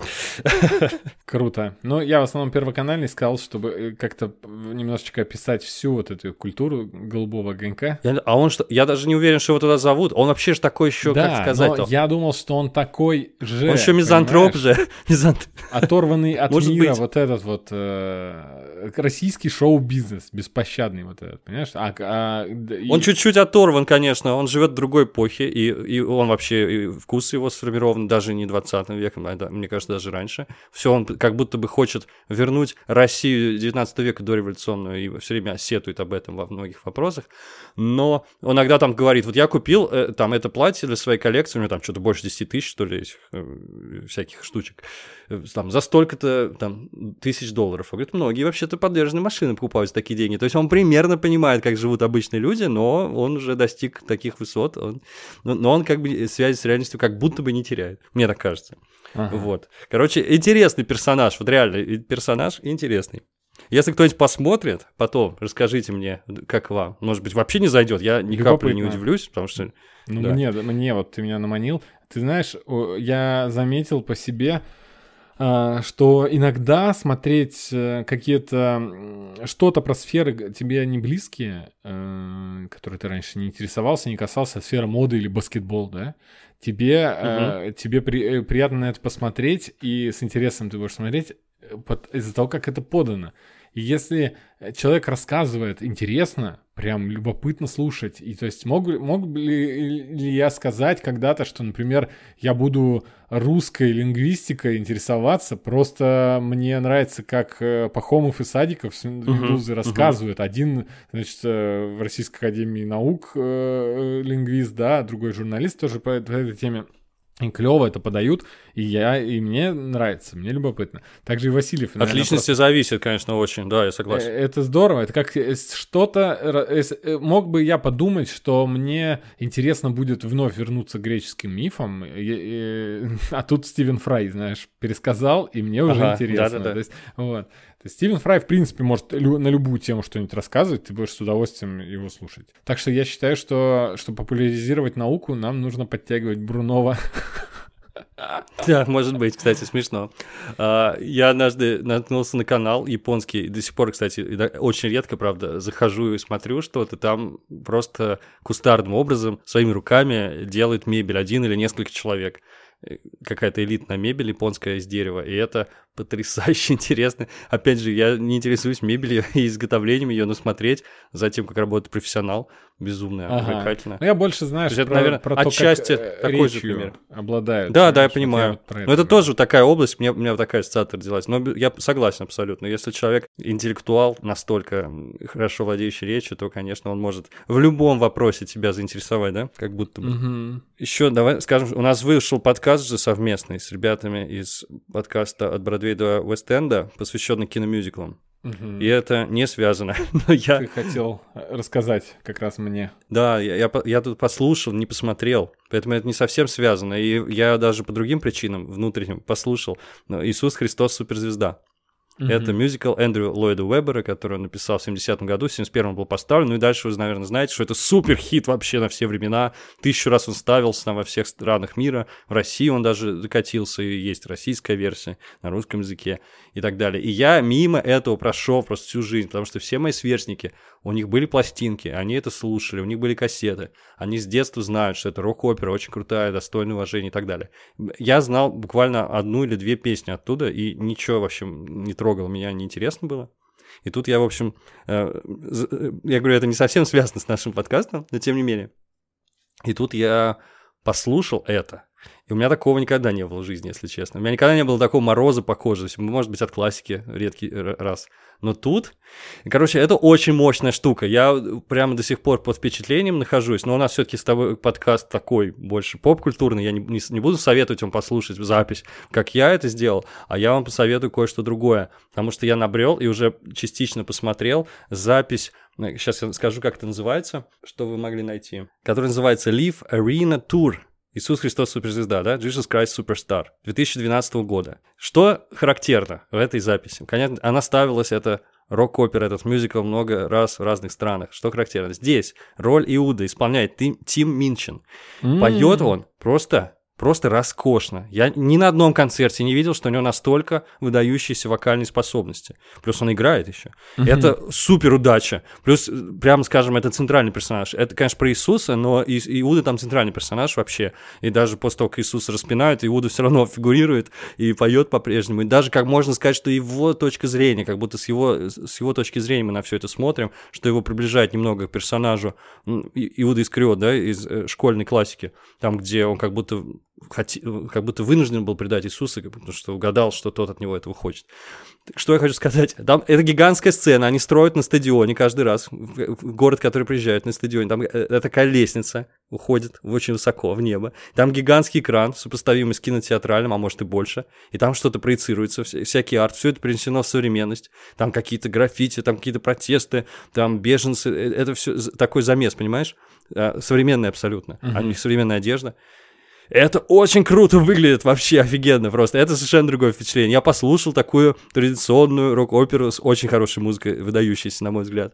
Круто. Но я в основном первоканальный сказал, чтобы как-то немножечко описать всю вот эту культуру голубого огонька. Я даже не уверен, что его туда зовут. Он вообще же такой еще, да, как сказать-то? Но я думал, что он такой же. Он еще мизантроп же. Оторванный от мира вот этот вот российский шоу-бизнес, беспощадный вот этот, понимаешь? Он чуть-чуть оторван, конечно. Он живет в другой эпохе, и он вообще, и вкус его сформирован даже не 20 веком, а, мне кажется, даже раньше. Все, он как будто бы хочет вернуть Россию 19 века дореволюционную, и все время сетует об этом во многих вопросах. Но он иногда там говорит, вот я купил там это платье для своей коллекции, у него там что-то больше 10 тысяч, что ли, этих всяких штучек, там, за столько-то там $1000. Он говорит, многие вообще-то подержанные машины покупают за такие деньги. То есть он примерно понимает, как живут обычные люди, но он уже достиг таких высот, но он как бы связь с реальностью как будто бы не теряет, мне так кажется. Ага. Вот. Короче, интересный персонаж, вот реально персонаж интересный. Если кто-нибудь посмотрит, потом расскажите мне, как вам. Может быть, вообще не зайдет, я ни капли не удивлюсь, потому что... Ну, да. мне вот ты меня наманил. Ты знаешь, я заметил по себе, что иногда смотреть какие-то что-то про сферы тебе не близкие, которые ты раньше не интересовался, не касался, сфера моды или баскетбол, да, тебе приятно на это посмотреть, и с интересом ты будешь смотреть из-за того, как это подано. И если человек рассказывает интересно, прям любопытно слушать, и то есть мог ли я сказать когда-то, что, например, я буду русской лингвистикой интересоваться, просто мне нравится, как Пахомов и Садиков с «Медузы» рассказывают. Один, значит, в Российской академии наук лингвист, да, другой журналист тоже по этой теме. И клево это подают, и мне нравится, мне любопытно. Также и Васильев. От личности зависит, конечно, очень, да, я согласен. Это здорово, это как что-то... Мог бы я подумать, что мне интересно будет вновь вернуться к греческим мифам, а тут Стивен Фрай, знаешь, пересказал, и мне уже интересно. Да. То есть, вот. То есть Стивен Фрай, в принципе, может на любую тему что-нибудь рассказывать, ты будешь с удовольствием его слушать. Так что я считаю, что популяризировать науку, нам нужно подтягивать Брунова. Да, может быть, кстати, смешно. Я однажды наткнулся на канал японский, до сих пор, кстати, очень редко, правда, захожу и смотрю что-то, там просто кустарным образом своими руками делают мебель один или несколько человек. Какая-то элитная мебель японская из дерева, и это потрясающе интересно. Опять же, я не интересуюсь мебелью и изготовлением ее, но смотреть за тем, как работает профессионал, безумно увлекательно. Ну, я больше знаю, это, наверное, про то, отчасти как такой же пример обладают. Да, я понимаю. Но это тоже такая область, у меня такая ассоциация родилась. Но я согласен абсолютно. Если человек интеллектуал, настолько хорошо владеющий речью, то, конечно, он может в любом вопросе тебя заинтересовать, да? Как будто бы. Угу. Еще давай скажем, у нас вышел подкаст же совместный с ребятами из подкаста «От Бродвея до Уэст-Энда», посвященный киномюзиклам. И это не связано. Ты хотел рассказать как раз мне. Да, я тут послушал, не посмотрел, поэтому это не совсем связано. И я даже по другим причинам внутренним послушал «Иисус Христос суперзвезда». Это мюзикл Эндрю Ллойда Уэббера, который он написал в 70-м году, в 71-м был поставлен. Ну и дальше вы, наверное, знаете, что это супер-хит вообще на все времена. 1000 раз он ставился там во всех странах мира. В России он даже докатился, и есть российская версия на русском языке и так далее. И я мимо этого прошел просто всю жизнь, потому что все мои сверстники, у них были пластинки, они это слушали, у них были кассеты. Они с детства знают, что это рок-опера, очень крутая, достойная уважения и так далее. Я знал буквально 1 или 2 песни оттуда, и ничего вообще не трогало меня, неинтересно было. И тут я, в общем, я говорю, это не совсем связано с нашим подкастом, но тем не менее. И тут я послушал это. И у меня такого никогда не было в жизни, если честно. У меня никогда не было такого мороза по коже. То есть, может быть, от классики редкий раз. Но тут... Короче, это очень мощная штука. Я прямо до сих пор под впечатлением нахожусь. Но у нас все-таки с тобой подкаст такой больше поп-культурный. Я не буду советовать вам послушать запись, как я это сделал. А я вам посоветую кое-что другое. Потому что я набрел и уже частично посмотрел запись... Сейчас я скажу, как это называется, что вы могли найти. Который называется Live Arena Tour. Иисус Христос суперзвезда, да? Jesus Christ Superstar 2012 года. Что характерно в этой записи? Конечно, она ставилась, это рок-опера, этот мюзикл много раз в разных странах. Что характерно? Здесь роль Иуда исполняет Тим Минчин. Поет он просто роскошно. Я ни на одном концерте не видел, что у него настолько выдающиеся вокальные способности. Плюс он играет еще. Это супер удача. Плюс, прямо скажем, это центральный персонаж. Это, конечно, про Иисуса, но Иуда там центральный персонаж вообще. И даже после того, как Иисуса распинают, Иуда все равно фигурирует и поет по-прежнему. И даже, как можно сказать, что его точка зрения, как будто с его точки зрения мы на все это смотрим, что его приближает немного к персонажу Иуда Искариот, да, из школьной классики, там, где он как будто вынужден был предать Иисуса, потому что угадал, что тот от него этого хочет. Что я хочу сказать? Там это гигантская сцена, они строят на стадионе каждый раз, в город, который приезжает на стадионе, там такая лестница уходит очень высоко в небо, там гигантский экран, сопоставимый с кинотеатральным, а может и больше, и там что-то проецируется, всякий арт, все это принесено в современность, там какие-то граффити, там какие-то протесты, там беженцы, это все такой замес, понимаешь? Современный абсолютно, а не современная одежда. Это очень круто выглядит, вообще офигенно просто. Это совершенно другое впечатление. Я послушал такую традиционную рок-оперу с очень хорошей музыкой, выдающейся, на мой взгляд.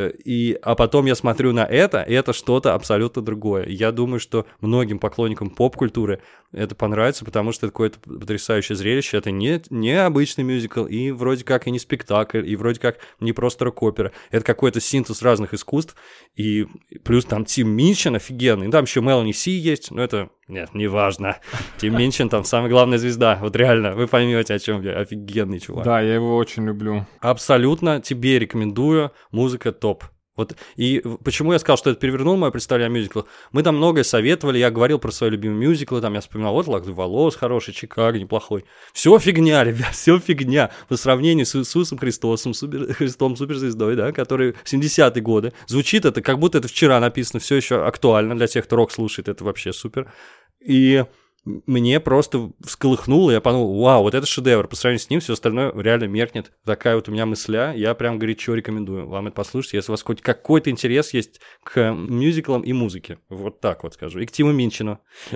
А потом я смотрю на это, и это что-то абсолютно другое. Я думаю, что многим поклонникам поп-культуры это понравится, потому что это какое-то потрясающее зрелище. Это не обычный мюзикл, и вроде как и не спектакль, и вроде как не просто рок-опера. Это какой-то синтез разных искусств, и плюс там Тим Минчин офигенный, там еще Мелани Си есть, но это... Нет, неважно. Тим Минчин там самая главная звезда. Вот реально, вы поймете, о чем я. Офигенный чувак. Да, я его очень люблю. Абсолютно тебе рекомендую. Музыка топ. Вот, и почему я сказал, что это перевернул мое представление о мюзиклах? Мы там многое советовали, я говорил про свои любимые мюзиклы, там я вспоминал, вот «Лак волос» хороший, «Чикаго» неплохой. Все фигня, ребят, все фигня по сравнению с Иисусом Христосом, Христом суперзвездой, да, который в 70-е годы. Звучит это, как будто это вчера написано, все еще актуально для тех, кто рок слушает, это вообще супер. И мне просто всколыхнуло, я подумал, вау, вот это шедевр, по сравнению с ним все остальное реально меркнет. Такая вот у меня мысля, я прям горячо рекомендую вам это послушать, если у вас хоть какой-то интерес есть к мюзиклам и музыке. Вот так вот скажу. И к Тиму Минчину.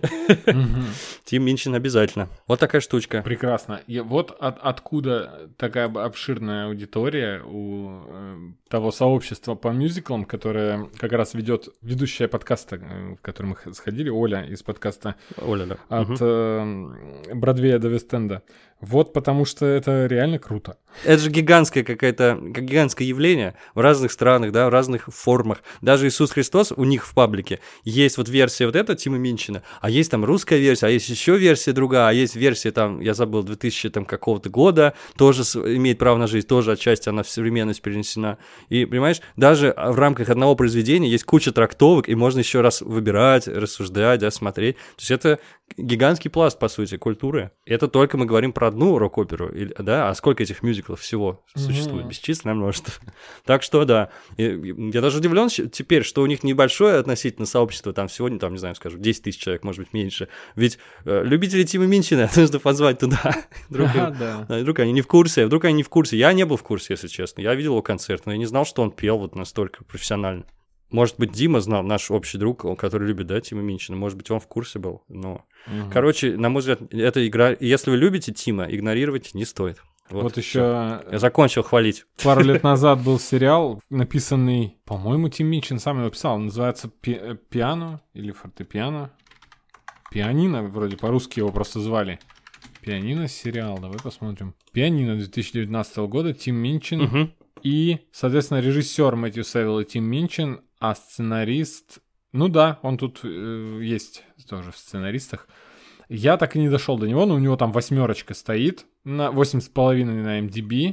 Тим Минчин обязательно. Вот такая штучка. Прекрасно. И вот откуда такая обширная аудитория у того сообщества по мюзиклам, которое как раз ведет ведущая подкаста, в который мы сходили, Оля из подкаста. Оля, да. От Бродвея до Вест-Энда. Вот потому что это реально круто. Это же гигантское гигантское явление в разных странах, да, в разных формах. Даже Иисус Христос у них в паблике есть вот версия вот эта Тима Минчина, а есть там русская версия, а есть еще версия другая, а есть версия там, я забыл, 2000 там какого-то года, тоже имеет право на жизнь, тоже отчасти она в современность перенесена. И, понимаешь, даже в рамках одного произведения есть куча трактовок, и можно еще раз выбирать, рассуждать, да, смотреть. То есть это гигантский пласт, по сути, культуры. Это только мы говорим про одну рок-оперу, да, а сколько этих мюзиклов всего существует? Бесчисленное множество. Так что, да, я даже удивлен теперь, что у них небольшое относительно сообщество, там сегодня, там, не знаю, скажу, 10 тысяч человек, может быть, меньше. Ведь любители Тима Минчина нужно позвать туда. Вдруг они не в курсе, Я не был в курсе, если честно. Я видел его концерт, но я не знал, что он пел вот настолько профессионально. Может быть, Дима знал, наш общий друг, который любит, да, Тима Минчина. Может быть, он в курсе был. Но... Короче, на мой взгляд, эта игра... Если вы любите Тима, игнорировать не стоит. Вот еще... Я закончил хвалить. Пару лет назад был сериал, написанный, по-моему, Тим Митчин сам его писал. Называется «Пиано» или «Фортепиано». «Пианино», вроде по-русски его просто звали. «Пианино» сериал, давай посмотрим. «Пианино» 2019 года, Тим Митчин. И, соответственно, режиссер Мэтью Сэвилл и Тим Митчин, а сценарист... Ну да, он тут есть тоже в сценаристах. Я так и не дошел до него, но у него там 8 стоит, на 8,5 на MDB,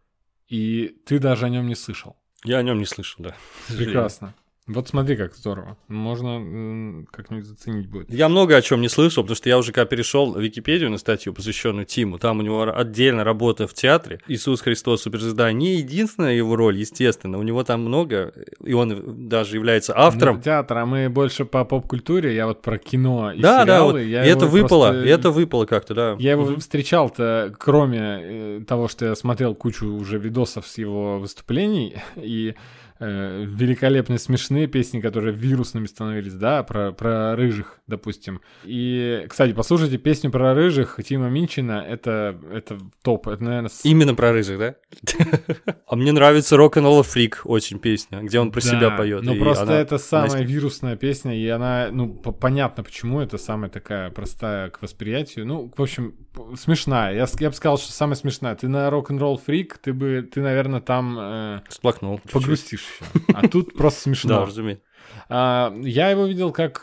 и ты даже о нем не слышал. Я о нем не слышал, да. Прекрасно. Вот смотри, как здорово. Можно как-нибудь заценить будет. Я много о чем не слышал, потому что я уже когда перешел в Википедию на статью, посвященную Тиму, там у него отдельно работа в театре. Иисус Христос суперзвезда не единственная его роль, естественно. У него там много, и он даже является автором. Театр, а мы больше по поп-культуре, я вот про кино и да, сериалы. Да, вот это выпало, просто... это выпало как-то, да. Я его встречал-то, кроме того, что я смотрел кучу уже видосов с его выступлений, и... великолепные смешные песни, которые вирусными становились, да, про рыжих, допустим. И, кстати, послушайте песню про рыжих Тима Митчина, это топ, это, наверное... Именно про рыжих, да? А мне нравится «Rock'n'Roll Freak» очень песня, где он про себя поет. Ну просто это самая вирусная песня, и она, ну, понятно, почему это самая такая простая к восприятию. Ну, в общем, смешная. Я бы сказал, что самая смешная. Ты на «Rock'n'Roll Freak», ты, наверное, там... Сплакнул. Погрустишь. А тут просто смешно. Да, разумеется. Я его видел как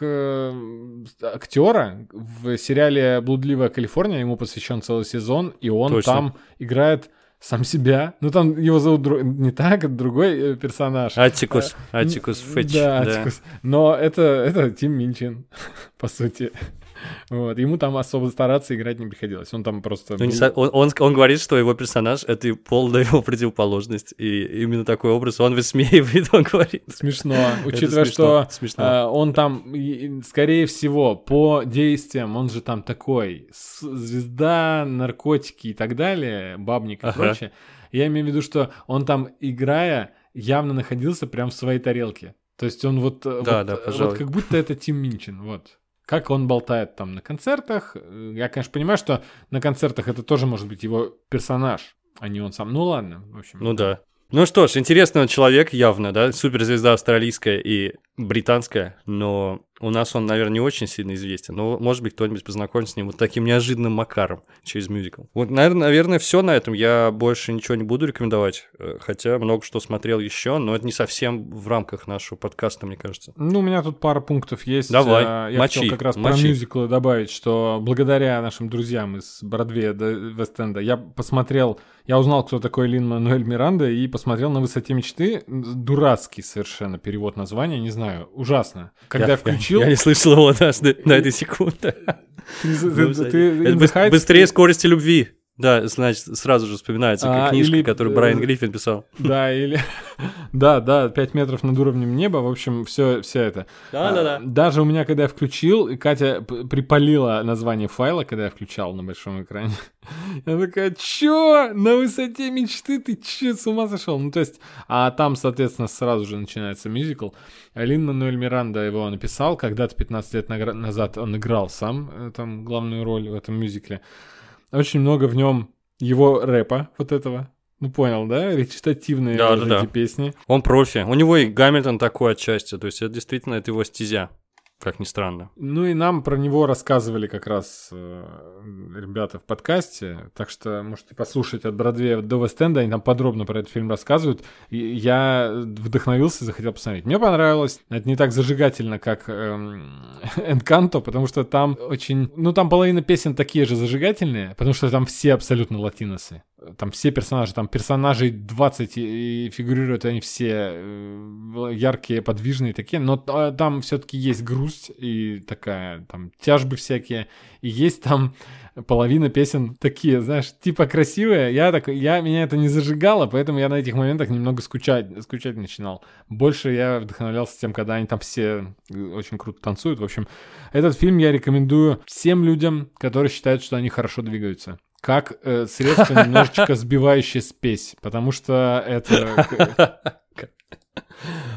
актера в сериале «Блудливая Калифорния», ему посвящен целый сезон, и он там играет сам себя. Ну, там его зовут не так, это другой персонаж. Аттикус Фетч. Да, Аттикус. Но это Тим Митчин, по сути. Вот. Ему там особо стараться играть не приходилось. Он там просто... Он говорит, что его персонаж — это полная его противоположность. И именно такой образ он высмеивает, он говорит. Смешно. Учитывая, что он там, скорее всего, по действиям, он же там такой звезда, наркотики и так далее, бабник и прочее. Я имею в виду, что он там, играя, явно находился прям в своей тарелке. То есть он вот как будто это Тим Митчин, вот. Как он болтает там на концертах. Я, конечно, понимаю, что на концертах это тоже может быть его персонаж, а не он сам. Ну ладно, в общем. Ну да. Ну что ж, интересный он человек явно, да, суперзвезда австралийская и британская, но у нас он, наверное, не очень сильно известен, но, может быть, кто-нибудь познакомится с ним вот таким неожиданным макаром через мюзикл. Вот, наверное, все на этом, я больше ничего не буду рекомендовать, хотя много что смотрел еще, но это не совсем в рамках нашего подкаста, мне кажется. Ну, у меня тут пара пунктов есть. Давай, я хотел как раз про мюзиклы добавить, что благодаря нашим друзьям из Бродвея до Вест-Энда я узнал, кто такой Лин-Мануэль Миранда, и посмотрел «На высоте мечты». Дурацкий совершенно перевод названия, не знаю, ужасно. Когда я включил... Я не слышал его даже на этой секунде. Быстрее скорости любви. Да, значит, сразу же вспоминается книжка, которую Брайан Гриффин писал. Да, или... Да, 5 метров над уровнем неба, в общем, все это. Да. Даже у меня, когда я включил, и Катя припалила название файла, когда я включал на большом экране. Я такая, чё? На высоте мечты? Ты чё, с ума сошел? Ну, то есть, а там, соответственно, сразу же начинается мюзикл. Лин-Мануэль Миранда его написал, когда-то 15 лет назад он играл сам там главную роль в этом мюзикле. Очень много в нем его рэпа, вот этого. Ну, понял, да? Речитативные эти песни. Он профи. У него и Гамильтон такой отчасти. То есть, это действительно это его стезя. Как ни странно. Ну и нам про него рассказывали как раз ребята в подкасте, так что можете послушать от Бродвея до Вест-Энда, они там подробно про этот фильм рассказывают. И я вдохновился, захотел посмотреть. Мне понравилось. Это не так зажигательно, как Энканто, потому что там очень... Ну там половина песен такие же зажигательные, потому что там все абсолютно латиносы. Там все персонажи, там персонажей 20, и фигурируют они все яркие, подвижные такие, но там все-таки есть грусть и такая, там, тяжбы всякие, и есть там половина песен такие, знаешь, типа красивые, меня это не зажигало, поэтому я на этих моментах немного скучать начинал. Больше я вдохновлялся тем, когда они там все очень круто танцуют. В общем, этот фильм я рекомендую всем людям, которые считают, что они хорошо двигаются. Как средство, немножечко сбивающее спесь, потому что это...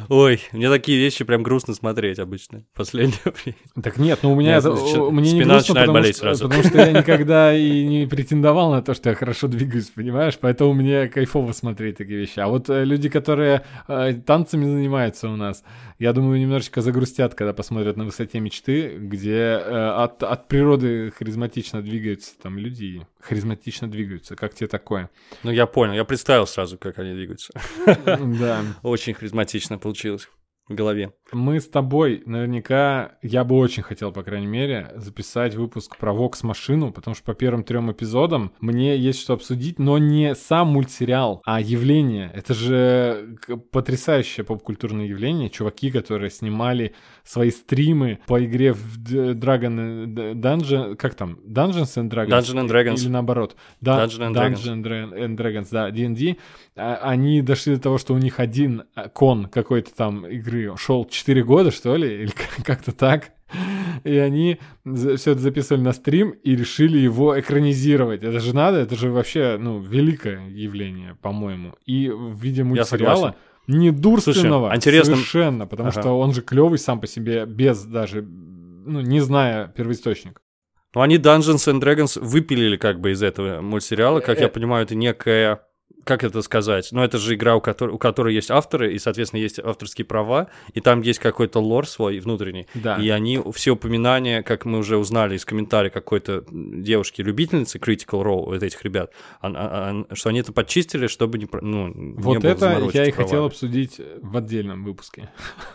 Ой, мне такие вещи прям грустно смотреть обычно в последнее время. Так нет, у меня мне не спина грустно, начинает болеть сразу. потому что я никогда и не претендовал на то, что я хорошо двигаюсь, понимаешь? Поэтому мне кайфово смотреть такие вещи. А вот люди, которые танцами занимаются у нас, я думаю, немножечко загрустят, когда посмотрят «На высоте мечты», где от природы харизматично двигаются там люди, харизматично двигаются. Как тебе такое? Ну, я понял, я представил сразу, как они двигаются. Да. Очень харизматично получилось в голове. Мы с тобой наверняка, я бы очень хотел, по крайней мере, записать выпуск про Вокс-машину, потому что по первым 3 эпизодам мне есть что обсудить, но не сам мультсериал, а явление. Это же потрясающее поп-культурное явление. Чуваки, которые снимали свои стримы по игре в Dragon Dungeon, как там? Dungeons and Dragons? Dungeons and Dragons. Или наоборот? Dungeons and Dragons, да, D&D. Они дошли до того, что у них один кон какой-то там игры шел 4 года, что ли, или как-то так. И они все это записывали на стрим и решили его экранизировать. Это же надо, это же вообще, великое явление, по-моему. И в виде мультсериала недурственного. Слушай, интересно. Совершенно, потому что он же клевый сам по себе, без даже, не зная первоисточник. Ну, они Dungeons and Dragons выпилили как бы из этого мультсериала. Как я понимаю, это некая... Как это сказать? Ну, это же игра, у которой есть авторы, и, соответственно, есть авторские права, и там есть какой-то лор свой внутренний. Да. И они, все упоминания, как мы уже узнали из комментариев какой-то девушки-любительницы Critical Role, вот этих ребят, что они это подчистили, чтобы не было Вот это я и правами. хотел обсудить в отдельном выпуске.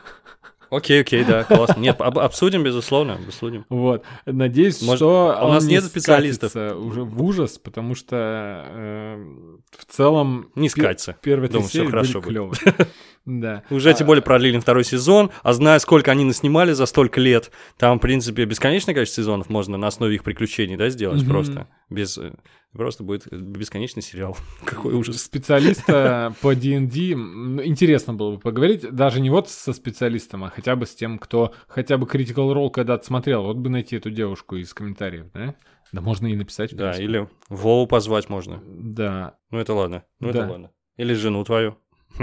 Окей, да, классно. Нет, обсудим, безусловно, обсудим. Вот. Надеюсь, что у нас он нет специалистов уже в ужас, потому что в целом не скатится. Первые 3 серии были клёвые. Да. Уже тем более продлили 2-й сезон, а зная, сколько они наснимали за столько лет, там, в принципе, бесконечное количество сезонов можно на основе их приключений, да, сделать просто. Просто будет бесконечный сериал. Какой ужас. Специалиста по D&D интересно было бы поговорить, даже не вот со специалистом, а хотя бы с тем, кто хотя бы Critical Role когда-то смотрел. Вот бы найти эту девушку из комментариев, да? Да можно и написать. Да, или Вову позвать можно. Да. Ну это ладно, это ладно. Или жену твою.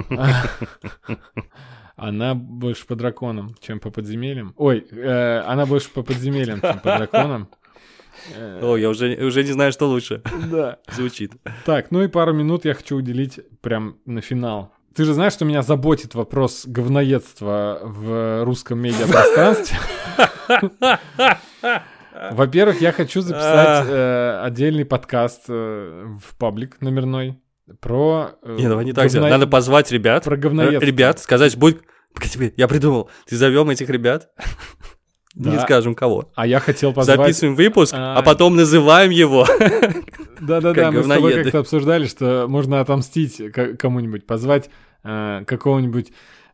Она больше по драконам, чем по подземельям. Ой, она больше по подземельям, чем по драконам. О, я уже не знаю, что лучше. Да. Звучит. Так, и пару минут я хочу уделить прям на финал. Ты же знаешь, что меня заботит вопрос говноедства в русском медиапространстве? Во-первых, я хочу записать отдельный подкаст в паблик номерной про... Не, давай не так сделать. Надо позвать ребят. Про говноедство. Ребят, сказать, будет... Погоди, я придумал. Ты зовем этих ребят... Да. Не скажем кого. А я хотел позвать... Записываем выпуск, а потом называем его. Да-да-да, мы с тобой как-то обсуждали, что можно отомстить кому-нибудь, позвать какого-нибудь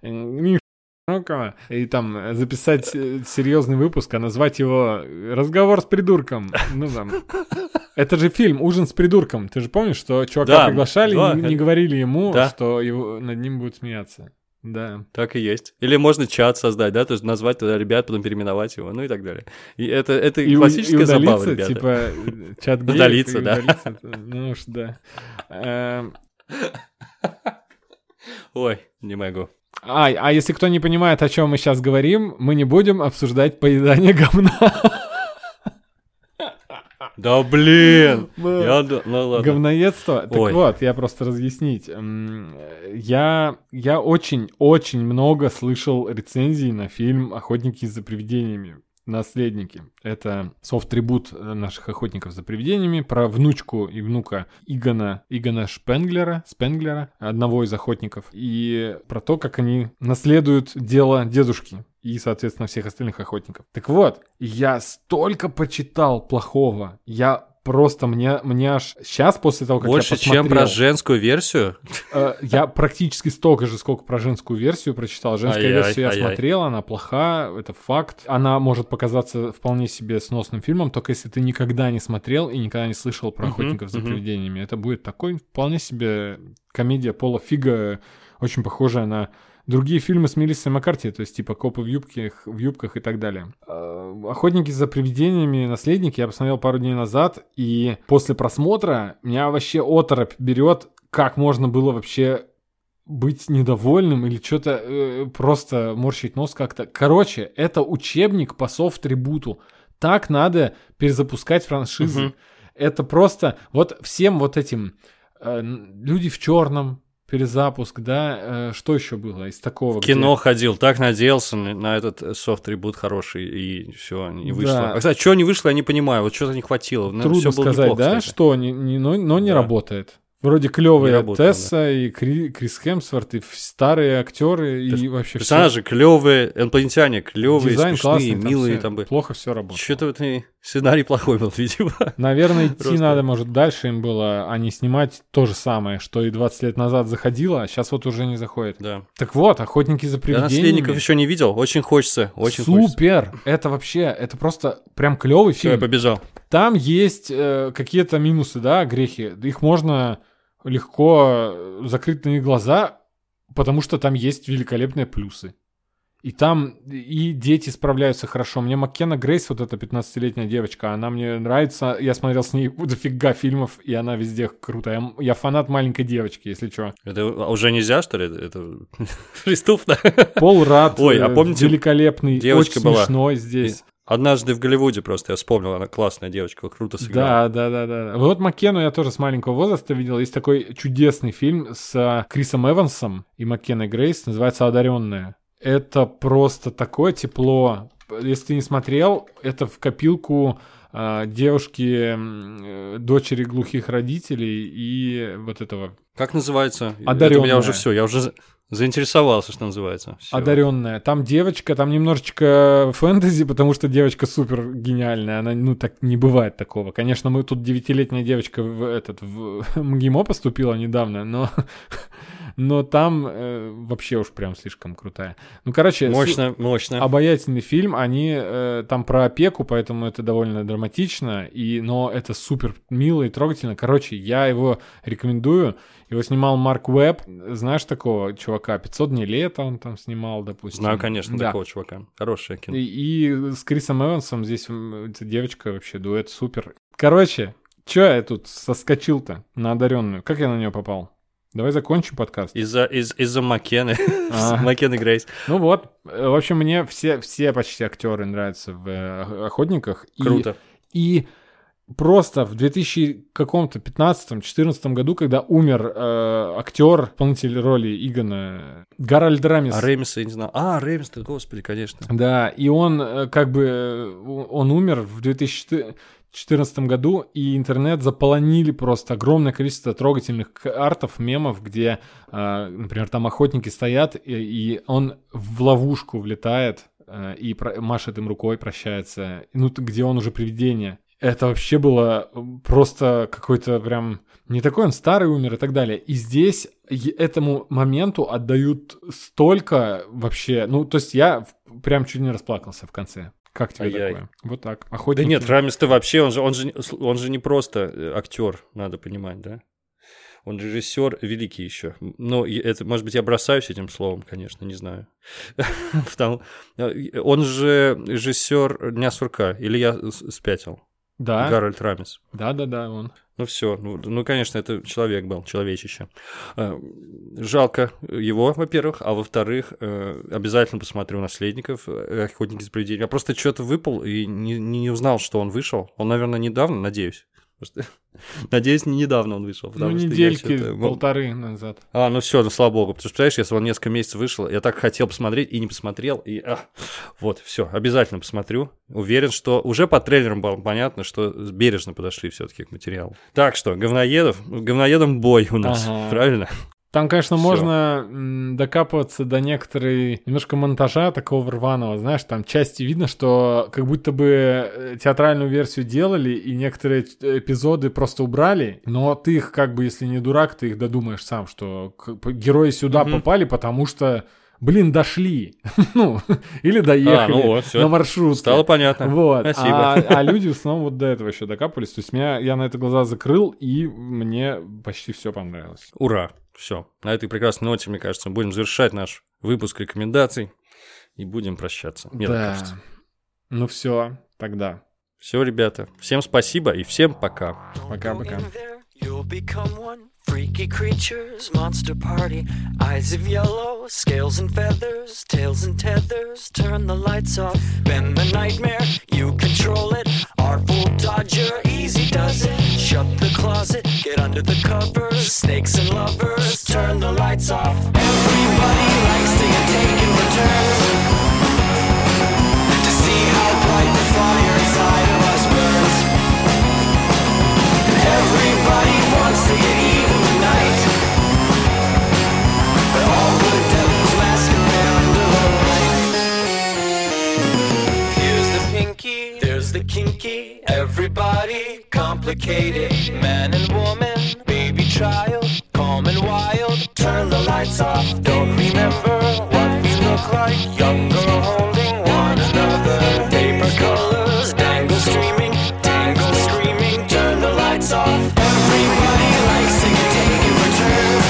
и там записать серьезный выпуск, а назвать его «Разговор с придурком». Это же фильм «Ужин с придурком». Ты же помнишь, что чувака приглашали и не говорили ему, что над ним будут смеяться. Да. Так и есть. Или можно чат создать, да, то есть назвать тогда ребят, потом переименовать его, и так далее. И это классическая забава, ребята. Типа чат геев. Удалиться, да. Ну уж да. Ой, не могу. А если кто не понимает, о чем мы сейчас говорим, мы не будем обсуждать поедание говна. Да блин! Ладно. Говноедство. Так вот, я просто разъяснить. Я очень-очень много слышал рецензий на фильм «Охотники за привидениями. Наследники». Это софт-трибут наших охотников за привидениями про внучку и внука Игона Спенглера, одного из охотников, и про то, как они наследуют дело дедушки и, соответственно, всех остальных охотников. Так вот, я столько почитал плохого, мне аж сейчас, после того, как больше, я посмотрел... чем про женскую версию? Я практически столько же, сколько про женскую версию прочитал. Женская версия я смотрел, она плоха, это факт. Она может показаться вполне себе сносным фильмом, только если ты никогда не смотрел и никогда не слышал про охотников за привидениями. Это будет такой вполне себе комедия Пола Фига, очень похожая на другие фильмы с Мелиссой Маккарти, то есть типа «Копы в юбках» и так далее. «Охотники за привидениями. Наследники» я посмотрел пару дней назад, и после просмотра меня вообще оторопь берет, как можно было вообще быть недовольным или что-то просто морщить нос как-то. Короче, это учебник по софт-ребуту. Так надо перезапускать франшизы. Это просто вот всем вот этим «Люди в черном», перезапуск, да, что еще было из такого? В кино ходил, так надеялся на этот софт-ребут хороший, и все, не вышло. Да. А, кстати, что не вышло, я не понимаю, вот что-то не хватило. Трудно сказать, неплохо, да, кстати. Что, но не работает. Вроде клевые Тесса и Крис Хемсворт, и старые актеры, и вообще персонажи клевые, инопланетяне клевые, дизайн смешные, классный, милые. Там плохо все работает. Что-то вот сценарий плохой был, видимо. Наверное, идти надо, может, дальше им было, а не снимать то же самое, что и 20 лет назад заходило, а сейчас вот уже не заходит. Да. Так вот, «Охотники за привидениями». Я «Наследников» еще не видел, очень хочется, очень Супер! Хочется. Это вообще, это просто прям клевый фильм. Все, я побежал. Там есть какие-то минусы, да, грехи. Их можно легко закрыть на них глаза, потому что там есть великолепные плюсы. И там и дети справляются хорошо. Мне Маккена Грейс, вот эта 15-летняя девочка, она мне нравится. Я смотрел с ней дофига фильмов, и она везде крутая. Я фанат маленькой девочки, если что. Это уже нельзя, что ли? Это преступно. Пол Радд. Ой, а помните, великолепный, девочка очень смешной здесь. Однажды в Голливуде просто, я вспомнил, она классная девочка, круто сыграла. Да. Вот Маккену я тоже с маленького возраста видел. Есть такой чудесный фильм с Крисом Эвансом и Маккеной Грейс, называется «Одаренная». Это просто такое тепло. Если ты не смотрел, это в копилку девушки, дочери глухих родителей и вот этого. Как называется? «Одаренная». Я уже заинтересовался, что называется. Всё. «Одаренная». Там девочка, там немножечко фэнтези, потому что девочка супер гениальная. Она, так не бывает такого. Конечно, мы тут 9-летняя девочка в МГИМО поступила недавно, но там вообще уж прям слишком крутая. Короче, мощно. Обаятельный фильм. Они там про опеку, поэтому это довольно драматично, но это супер мило и трогательно. Короче, я его рекомендую. Его снимал Марк Уэбб. Знаешь такого чувака? «500 дней лета» он там снимал, допустим. Знаю, конечно, такого чувака. Хорошее кино. И с Крисом Эвансом здесь эта девочка вообще, дуэт супер. Короче, чё я тут соскочил-то на «Одаренную»? Как я на нее попал? Давай закончим подкаст. Из-за Маккены. Маккены Грейс. Ну вот. В общем, мне все почти актеры нравятся в «Охотниках». Круто. И просто в 2015-14 году, когда умер актер, исполнитель роли Игона, Гарольд Рамис. А Ремиса я не знал. Ремис-то, господи, конечно. Да, и он он умер в 2014 году, и интернет заполонили просто огромное количество трогательных артов, мемов, где, например, там охотники стоят, и он в ловушку влетает и машет им рукой, прощается, где он уже привидение. Это вообще было просто какой-то прям... Не такой он старый умер и так далее. И здесь этому моменту отдают столько вообще... То есть я прям чуть не расплакался в конце. Как тебе такое? Вот так. Охотники... Да нет, Рамис-то вообще, он же не просто актер, надо понимать, да? Он режиссер великий еще. Это, может быть, я бросаюсь этим словом, конечно, не знаю. Он же режиссер «Дня сурка». Или я спятил? Да. Гарольд Рамис. Да, он. Все. Конечно, это человек был, человечище. Жалко его, во-первых, а во-вторых, обязательно посмотрю «Наследников», «Охотники за привидениями». Я просто что-то выпал и не узнал, что он вышел. Он, наверное, недавно, надеюсь. Надеюсь, не недавно он вышел. Недельки, полторы назад. Все, слава богу. Потому что, представляешь, если он несколько месяцев вышел, я так хотел посмотреть и не посмотрел. Вот, все, обязательно посмотрю. Уверен, что уже по трейлерам было понятно, что бережно подошли все-таки к материалу. Так что, говноедом бой у нас, правильно? Там, конечно, можно докапываться до некоторой немножко монтажа такого рваного, знаешь, там части видно, что как будто бы театральную версию делали и некоторые эпизоды просто убрали, но ты их если не дурак, ты их додумаешь сам, что герои сюда попали, потому что, дошли, или доехали на маршрутке. Стало понятно. Вот. Спасибо. А люди в основном вот до этого еще докапывались, то есть я на это глаза закрыл, и мне почти все понравилось. Ура! Все, на этой прекрасной ноте, мне кажется, мы будем завершать наш выпуск рекомендаций и будем прощаться. Мне так кажется. Все, тогда. Все, ребята, всем спасибо и всем пока. Пока-пока. Freaky creatures, monster party, eyes of yellow, scales and feathers, tails and tethers, turn the lights off, bend the nightmare, you control it, artful dodger, easy does it, shut the closet, get under the covers, snakes and lovers, turn the lights off, everybody likes to get taken for turns, to see how bright the fire inside of us burns, everybody wants to get evil tonight, but all good devils masquerade under the light. Here's the pinky, there's the kinky, everybody complicated, man and woman, baby child, calm and wild, turn the lights off, don't remember what we look like, young girl holding one another, paper colors, dangle streaming, tangle screaming, turn the lights off, everybody likes to get taken for turns,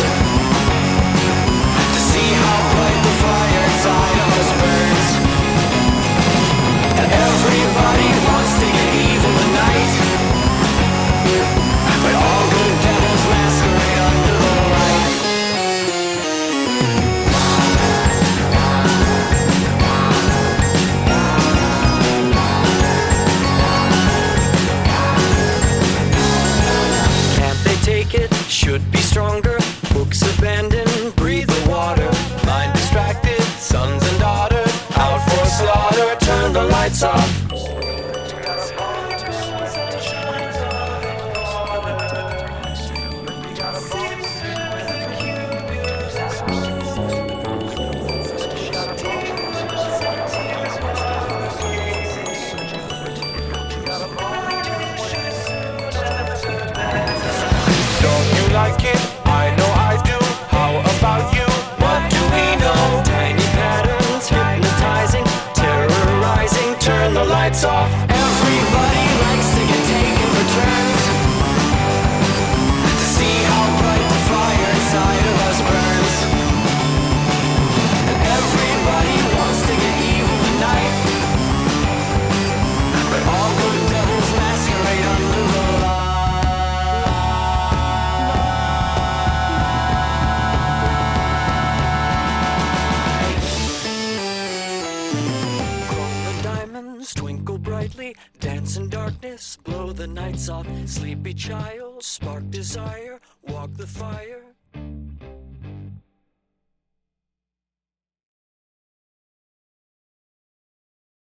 to see how bright the fire inside of us burns, and everybody wants to get evil tonight, but all good devils masquerade under the light. Can't they take it? Should be stronger. Books abandoned, breathe the water. Mind distracted, sons and daughters out for slaughter. Turn the lights off. Don't you like it? I know I do. How about you? What do we know? Tiny patterns, hypnotizing, terrorizing. Turn the lights off. Everybody likes to get taken for turns, to see how bright the fire inside of us burns. And everybody wants to get evil tonight, but all good devils masquerade under the light. Diamonds twinkle brightly, dance in darkness, blow the nights off. Sleepy child, spark desire, walk the fire.